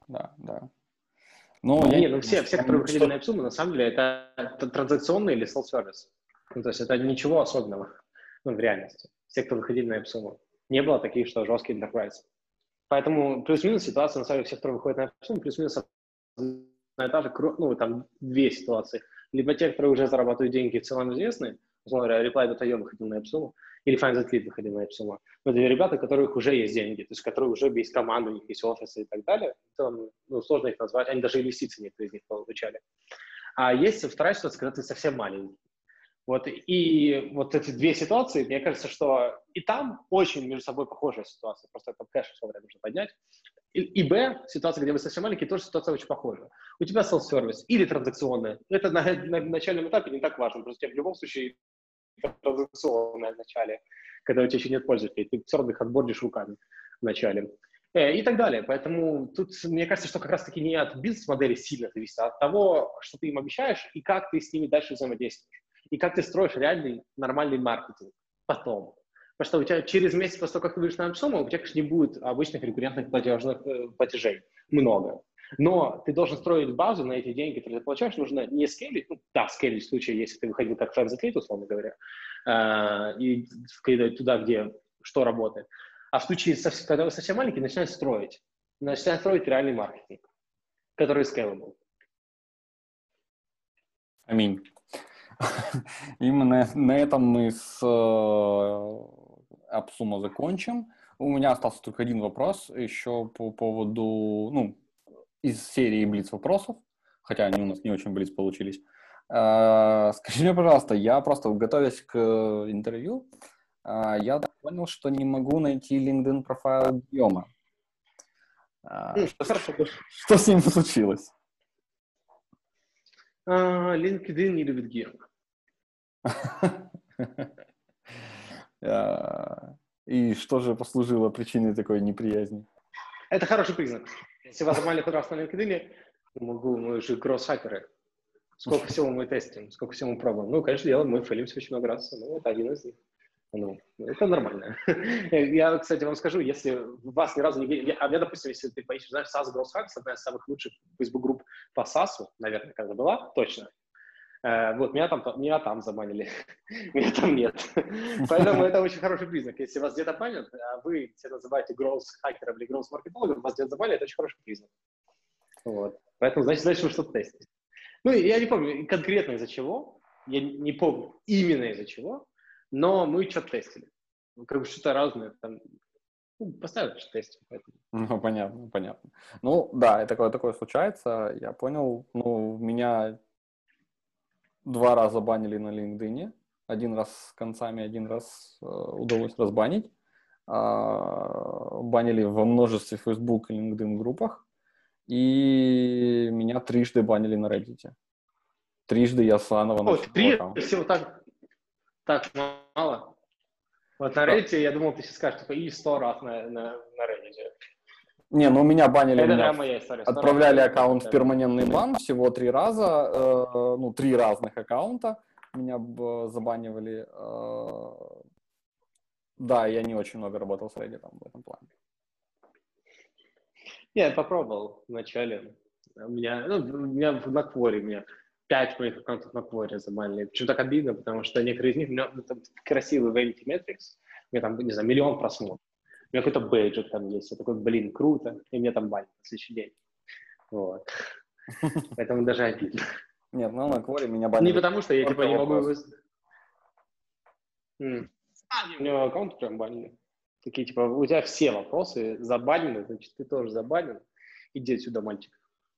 Но все, которые выходили на AppSumo, на самом деле, это транзакционный или self-service. Ну, то есть это ничего особенного, в реальности. Все, кто выходили на AppSumo. Не было таких, что жесткий enterprise. Поэтому плюс-минус ситуация, на самом деле, все, кто выходит на AppSumo, плюс-минус на этаже, там две ситуации. Либо те, которые уже зарабатывают деньги, в целом известны, условно говоря, Reply.io выходил на AppSumo, или FindThatLead выходил на AppSumo. Но это ребята, у которых уже есть деньги, то есть которые уже есть команда, у них есть офисы и так далее. Там, сложно их назвать, они даже инвестиции некоторые из них получали. А есть вторая ситуация, когда ты совсем маленький. Вот, и вот эти две ситуации, мне кажется, что и там очень между собой похожая ситуация, просто это кэш условно нужно поднять. И Б, ситуация, где вы совсем маленький, тоже ситуация очень похожа. У тебя self-service или транзакционная. Это на начальном этапе не так важно, просто в любом случае транзакционная в начале, когда у тебя еще нет пользователей, ты все равно их отбордишь руками в начале. И так далее. Поэтому тут, мне кажется, что как раз-таки не от бизнес-модели сильно зависит, а от того, что ты им обещаешь и как ты с ними дальше взаимодействуешь. И как ты строишь реальный, нормальный маркетинг потом. Потому что у тебя через месяц после того, как ты выйдешь на AppSumo, у тебя, конечно, не будет обычных рекуррентных платежей. Много. Но ты должен строить базу на эти деньги, которые ты получаешь. Нужно не скейлить, скейлить в случае, если ты выходил как FindThatLead, условно говоря, и туда, где что работает. А в случае, когда вы совсем маленький, начинать строить реальный маркетинг, который scalable. Аминь. Именно на этом мы с AppSumo закончим. У меня остался только один вопрос еще по поводу, ну, из серии Блиц вопросов, хотя они у нас не очень Блиц получились. Скажи мне, пожалуйста, я просто, готовясь к интервью, я понял, что не могу найти LinkedIn профайл Гийома. Хорошо. Что с ним случилось? LinkedIn не любит Гийома. И что же послужило причиной такой неприязни? Это хороший признак. Если вас забанили хоть раз на LinkedIn, мы же гросс-хакеры. Сколько всего мы тестим, сколько всего мы пробуем. Ну, конечно, делаем, мы фейлимся очень много раз. Ну, это один из них. Ну, это нормально. Я, кстати, вам скажу, если вас ни разу не видели... А я, допустим, если ты поищешь, знаешь, SAS Growth Hacks, одна из самых лучших Facebook-групп по SAS, наверное, когда была, точно. Вот, меня там забанили, меня там нет. Поэтому это очень хороший признак. Если вас где-то банят, а вы все называете growth-хакером или growth-маркетологом, вас где-то забанили, это очень хороший признак. Вот. Поэтому, значит, вы что-то тестите. Ну, я не помню конкретно из-за чего, я не помню именно из-за чего, но мы что-то тестили. Как бы что-то разное там. Ну, постоянно что-то тестим. Поэтому. Ну, понятно. Ну, да, такое случается, я понял. Ну, меня 2 раза банили на LinkedIn. 1 раз с концами, 1 раз удалось разбанить. Банили во множестве Facebook и LinkedIn группах. И меня 3 банили на Reddit. 3 я заново начал. 3? Всего так мало? Вот на Reddit, я думал, ты сейчас скажешь, типа, и 100 раз на Reddit. Не, ну меня банили, Это меня моя история. отправляли аккаунт в перманентный бан всего 3 раза, 3 разных аккаунта меня забанивали. Да, я не очень много работал с Reddit в этом плане. Я попробовал вначале. У меня на Quora, у меня 5 моих аккаунтов на Quora забанили. Почему так обидно, потому что некоторые из них, у меня там красивый Vanity Metrics, у меня там, не знаю, 1 000 000 просмотров. У меня какой-то бейджик там есть, я такой, круто, и мне там банят на следующий день. Вот. Поэтому даже обидно. Нет, ну на Quora меня банили. Не потому что я типа не могу его... У меня аккаунт прям банили. Такие, типа, у тебя все вопросы забанены, значит, ты тоже забанен. Иди отсюда, мальчик.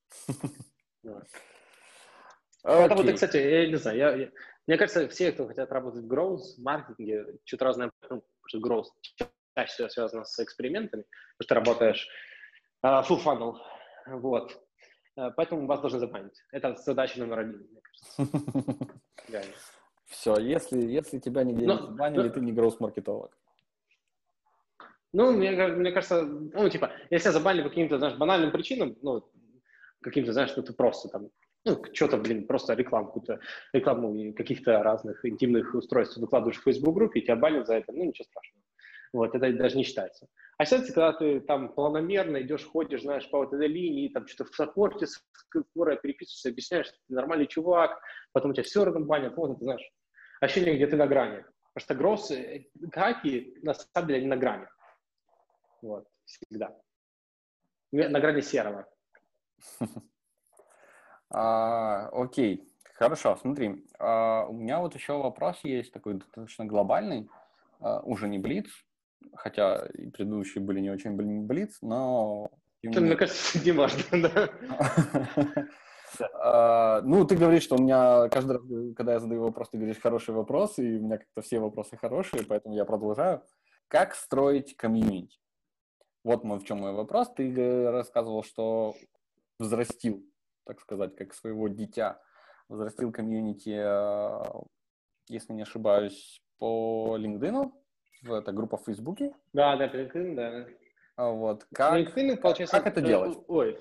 Это вот, кстати, я не знаю, мне кажется, все, кто хотят работать в growth-маркетинге, что-то разное, потому что growth чаще всего связано с экспериментами, потому что ты работаешь full funnel, вот. Поэтому вас должны забанить. Это задача номер 1, мне кажется. Реально. Все, если тебя нигде не забанили, ты не growth-маркетолог. Ну, мне кажется, ну, типа, если забанили по каким-то, знаешь, банальным причинам, ну, каким-то, знаешь, что ты просто там, ну, что-то, просто рекламу каких-то разных интимных устройств выкладываешь в Facebook-группе, и тебя банят за это, ну, ничего страшного. Вот, это даже не считается. А считается, когда ты там планомерно идешь, ходишь, знаешь, по вот этой линии, там что-то в саппорте с Quora переписываешься, объясняешь, что ты нормальный чувак, потом тебя все равно банят, вот это, знаешь, ощущение, где ты на грани. Потому что гросс-хаки, на самом деле, они на грани. Вот, всегда. На грани серого. Окей, хорошо, смотри. У меня вот еще вопрос есть такой достаточно глобальный. Уже не Блиц, хотя и предыдущие были не очень Блиц, но... Мне кажется, не важно, да. Ну, ты говоришь, что у меня каждый раз, когда я задаю вопрос, ты говоришь хороший вопрос, и у меня как-то все вопросы хорошие, поэтому я продолжаю. Как строить комьюнити? Вот в чем мой вопрос. Ты рассказывал, что взрастил, так сказать, как своего дитя, взрастил комьюнити, если не ошибаюсь, по LinkedIn, это группа в Фейсбуке. Да, по LinkedIn, да. Вот. Как это делать? Ой,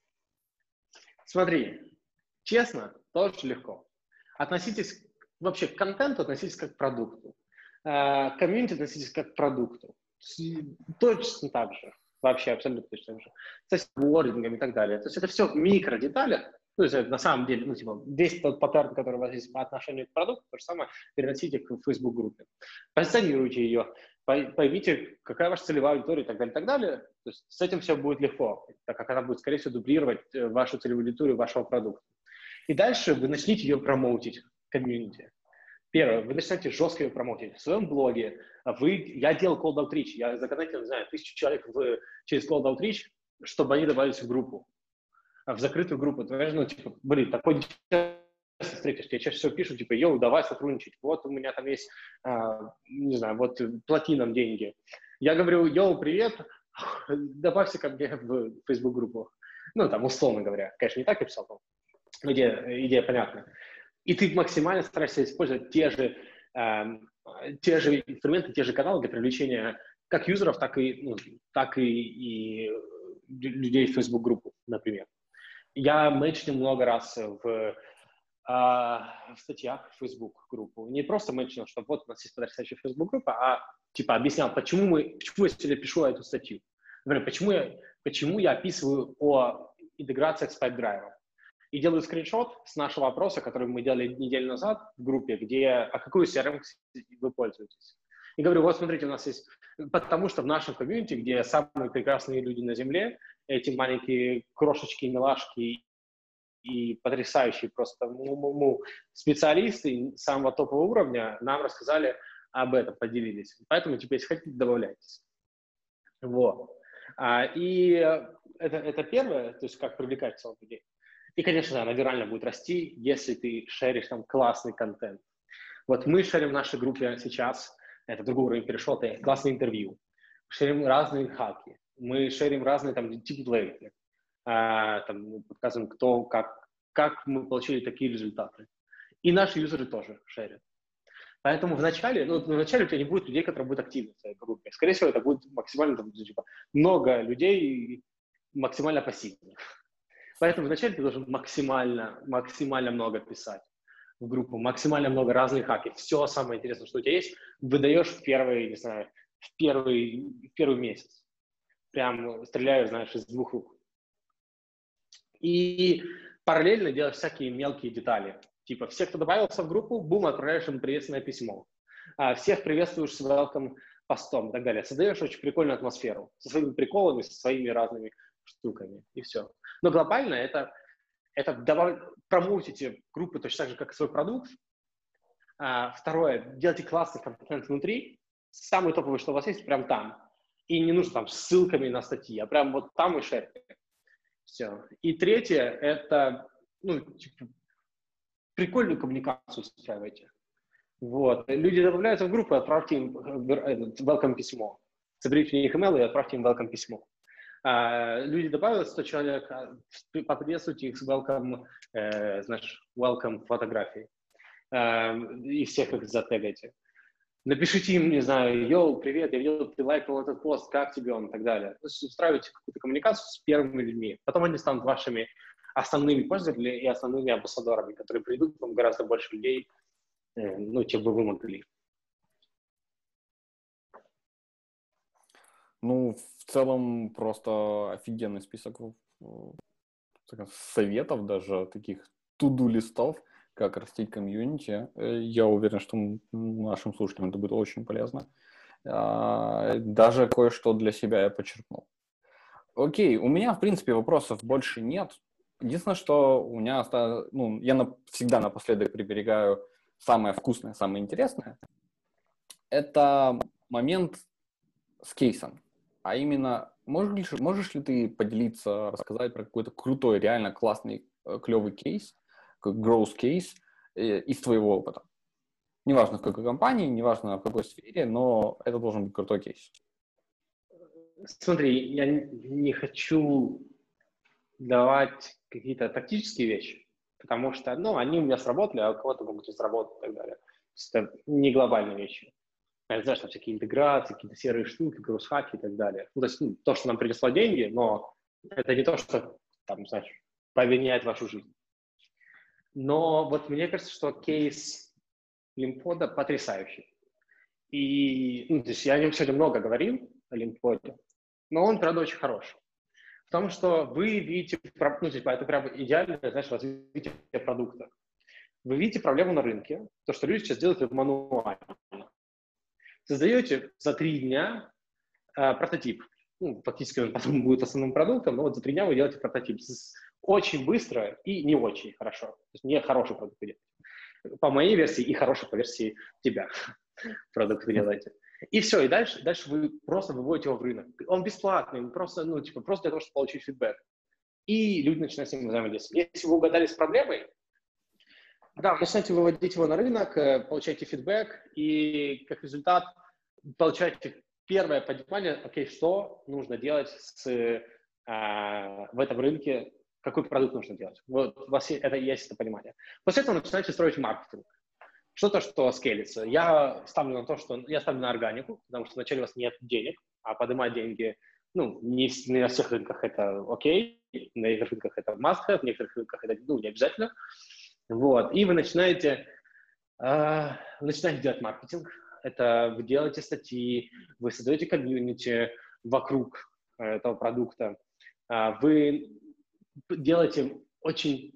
смотри, честно, тоже легко. Относитесь вообще к контенту, относитесь как к продукту. К комьюнити относитесь как к продукту. Точно так же. Вообще абсолютно точно так же. С вордингом и так далее. То есть это все в микродеталях. То есть это на самом деле, ну, типа, весь тот паттерн, который у вас есть по отношению к продукту, то же самое переносите к Facebook-группе. Позиционируйте ее, поймите, какая ваша целевая аудитория и так далее, и так далее. То есть с этим все будет легко, так как она будет, скорее всего, дублировать вашу целевую аудиторию вашего продукта. И дальше вы начните ее промоутить, комьюнити. Первое, вы начинаете жестко ее промоутить. В своем блоге я делал cold outreach, я законодательно, не знаю, 1000 человек через cold outreach, чтобы они добавились в группу, в закрытую группу. Ты понимаешь, ну, типа, блин, такой встретишь, я чаще всего пишу, типа, йоу, давай сотрудничать, вот у меня там есть, не знаю, вот плати нам деньги. Я говорю, йоу, привет, добавься ко мне в Facebook-группу. Ну, там, условно говоря, конечно, не так я писал, но идея понятна. И ты максимально стараешься использовать те же инструменты, те же каналы для привлечения как юзеров, так и людей в Facebook-группу, например. Я меншнил много раз в статьях в Facebook-группу. Не просто меншнил, что вот у нас есть потрясающая Facebook-группа, а типа объяснял, почему я сегодня пишу эту статью. Например, почему я описываю о интеграциях с PipeDrive. И делаю скриншот с нашего опроса, который мы делали неделю назад в группе, а какую CRM вы пользуетесь. И говорю, вот смотрите, у нас есть... Потому что в нашем комьюнити, где самые прекрасные люди на Земле, эти маленькие крошечки, милашки и потрясающие просто специалисты самого топового уровня нам рассказали об этом, поделились. Поэтому теперь, если хотите, добавляйтесь. Вот. И это первое, то есть как привлекать целых людей. И, конечно, она вирально будет расти, если ты шеришь там классный контент. Вот мы шерим в нашей группе сейчас, это другой уровень перешел, это классные интервью. Шерим разные хаки, мы шерим разные там тимплейты, там показываем, как мы получили такие результаты. И наши юзеры тоже шерят. Поэтому вначале у тебя не будет людей, которые будут активны в твоей группе. Скорее всего, это будет максимально много людей максимально пассивных. Поэтому вначале ты должен максимально много писать в группу, максимально много разных хаков. Все самое интересное, что у тебя есть, выдаешь в первый месяц. Прям стреляю, знаешь, из 2 рук. И параллельно делаешь всякие мелкие детали. Типа, всех, кто добавился в группу, бум, отправляешь им приветственное письмо. Всех приветствуешь с welcome постом и так далее. Создаешь очень прикольную атмосферу со своими приколами, со своими разными штуками, и все. Но глобально это промоутите группы точно так же, как и свой продукт. Второе, делайте классный контент внутри. Самый топовый, что у вас есть, прям там. И не нужно там ссылками на статьи, а прям вот там и шерьте. Все. И третье, это прикольную коммуникацию устраивайте. Вот. Люди добавляются в группу, отправьте им welcome письмо. Соберите у них email и отправьте им welcome письмо. Люди добавилось 100 человек, поприветствуйте их с welcome фотографией. И всех их затегайте. Напишите им, не знаю, йоу, привет, я видел, ты лайкнул этот пост, как тебе он, и так далее. То есть устраивайте какую-то коммуникацию с первыми людьми. Потом они станут вашими основными пользователями и основными амбассадорами, которые придут к вам гораздо больше людей, чем бы вы могли. Ну, в целом, просто офигенный список советов, даже таких to-do листов, как растить комьюнити. Я уверен, что нашим слушателям это будет очень полезно. Даже кое-что для себя я подчеркнул. Окей, у меня, в принципе, вопросов больше нет. Единственное, что у меня я всегда напоследок приберегаю самое вкусное, самое интересное. Это момент с кейсом. А именно, можешь ли ты поделиться, рассказать про какой-то крутой, реально классный, клевый кейс, как growth кейс из твоего опыта? Неважно, в какой компании, неважно, в какой сфере, но это должен быть крутой кейс. Смотри, я не хочу давать какие-то тактические вещи, потому что, они у меня сработали, а у кого-то могут не сработать и так далее. Это не глобальные вещи. Знаешь, там всякие интеграции, какие-то серые штуки, кросс-хаки и так далее. То есть то, что нам принесло деньги, но это не то, что, поменяет вашу жизнь. Но вот мне кажется, что кейс Лимпода потрясающий. И то есть я о нем сегодня много говорил, о Лимподе, но он, правда, очень хороший. В том, что вы видите, это прям идеальное, развитие продукта. Вы видите проблему на рынке, то, что люди сейчас делают это мануально. Создаете за 3 дня прототип. Фактически он потом будет основным продуктом, но вот за 3 дня вы делаете прототип. Очень быстро и не очень хорошо. То есть не хороший продукт. по моей версии и хороший по версии тебя. Продукт вы делаете. И все, и дальше вы просто выводите его в рынок. Он бесплатный, просто, просто для того, чтобы получить фидбэк. И люди начинают с ним взаимодействовать. Если вы угадали с проблемой, да, вы начинаете выводить его на рынок, получаете фидбэк, и как результат получаете первое понимание, окей, что нужно делать в этом рынке, какой продукт нужно делать. Вот у вас есть это понимание. После этого начинаете строить маркетинг. Что-то, что скейлится. Я ставлю на органику, потому что вначале у вас нет денег, а поднимать деньги, не на всех рынках это окей, на некоторых рынках это must-have, в некоторых рынках это не обязательно. Вот. И вы начинаете делать маркетинг. Это вы делаете статьи, вы создаете комьюнити вокруг этого продукта. Вы делаете очень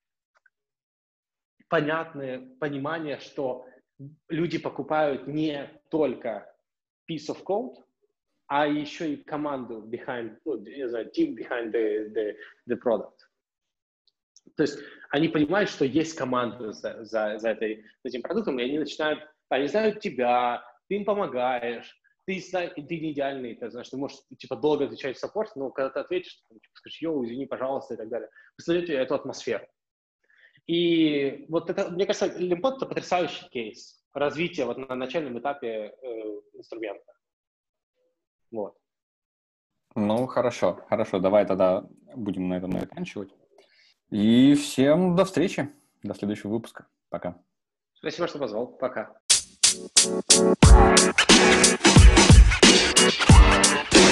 понятное понимание, что люди покупают не только piece of code, а еще и команду behind, team behind the product. То есть они понимают, что есть команда за этим продуктом, и они знают тебя, ты им помогаешь, ты не идеальный, ты знаешь, ты можешь долго отвечать в саппорт, но когда ты ответишь, скажешь, извини, пожалуйста, и так далее. Вы создаете эту атмосферу. И вот это, мне кажется, Limpod — это потрясающий кейс развития на начальном этапе инструмента. Вот. Хорошо, давай тогда будем на этом заканчивать. И всем до встречи, до следующего выпуска. Пока. Спасибо, что позвал. Пока.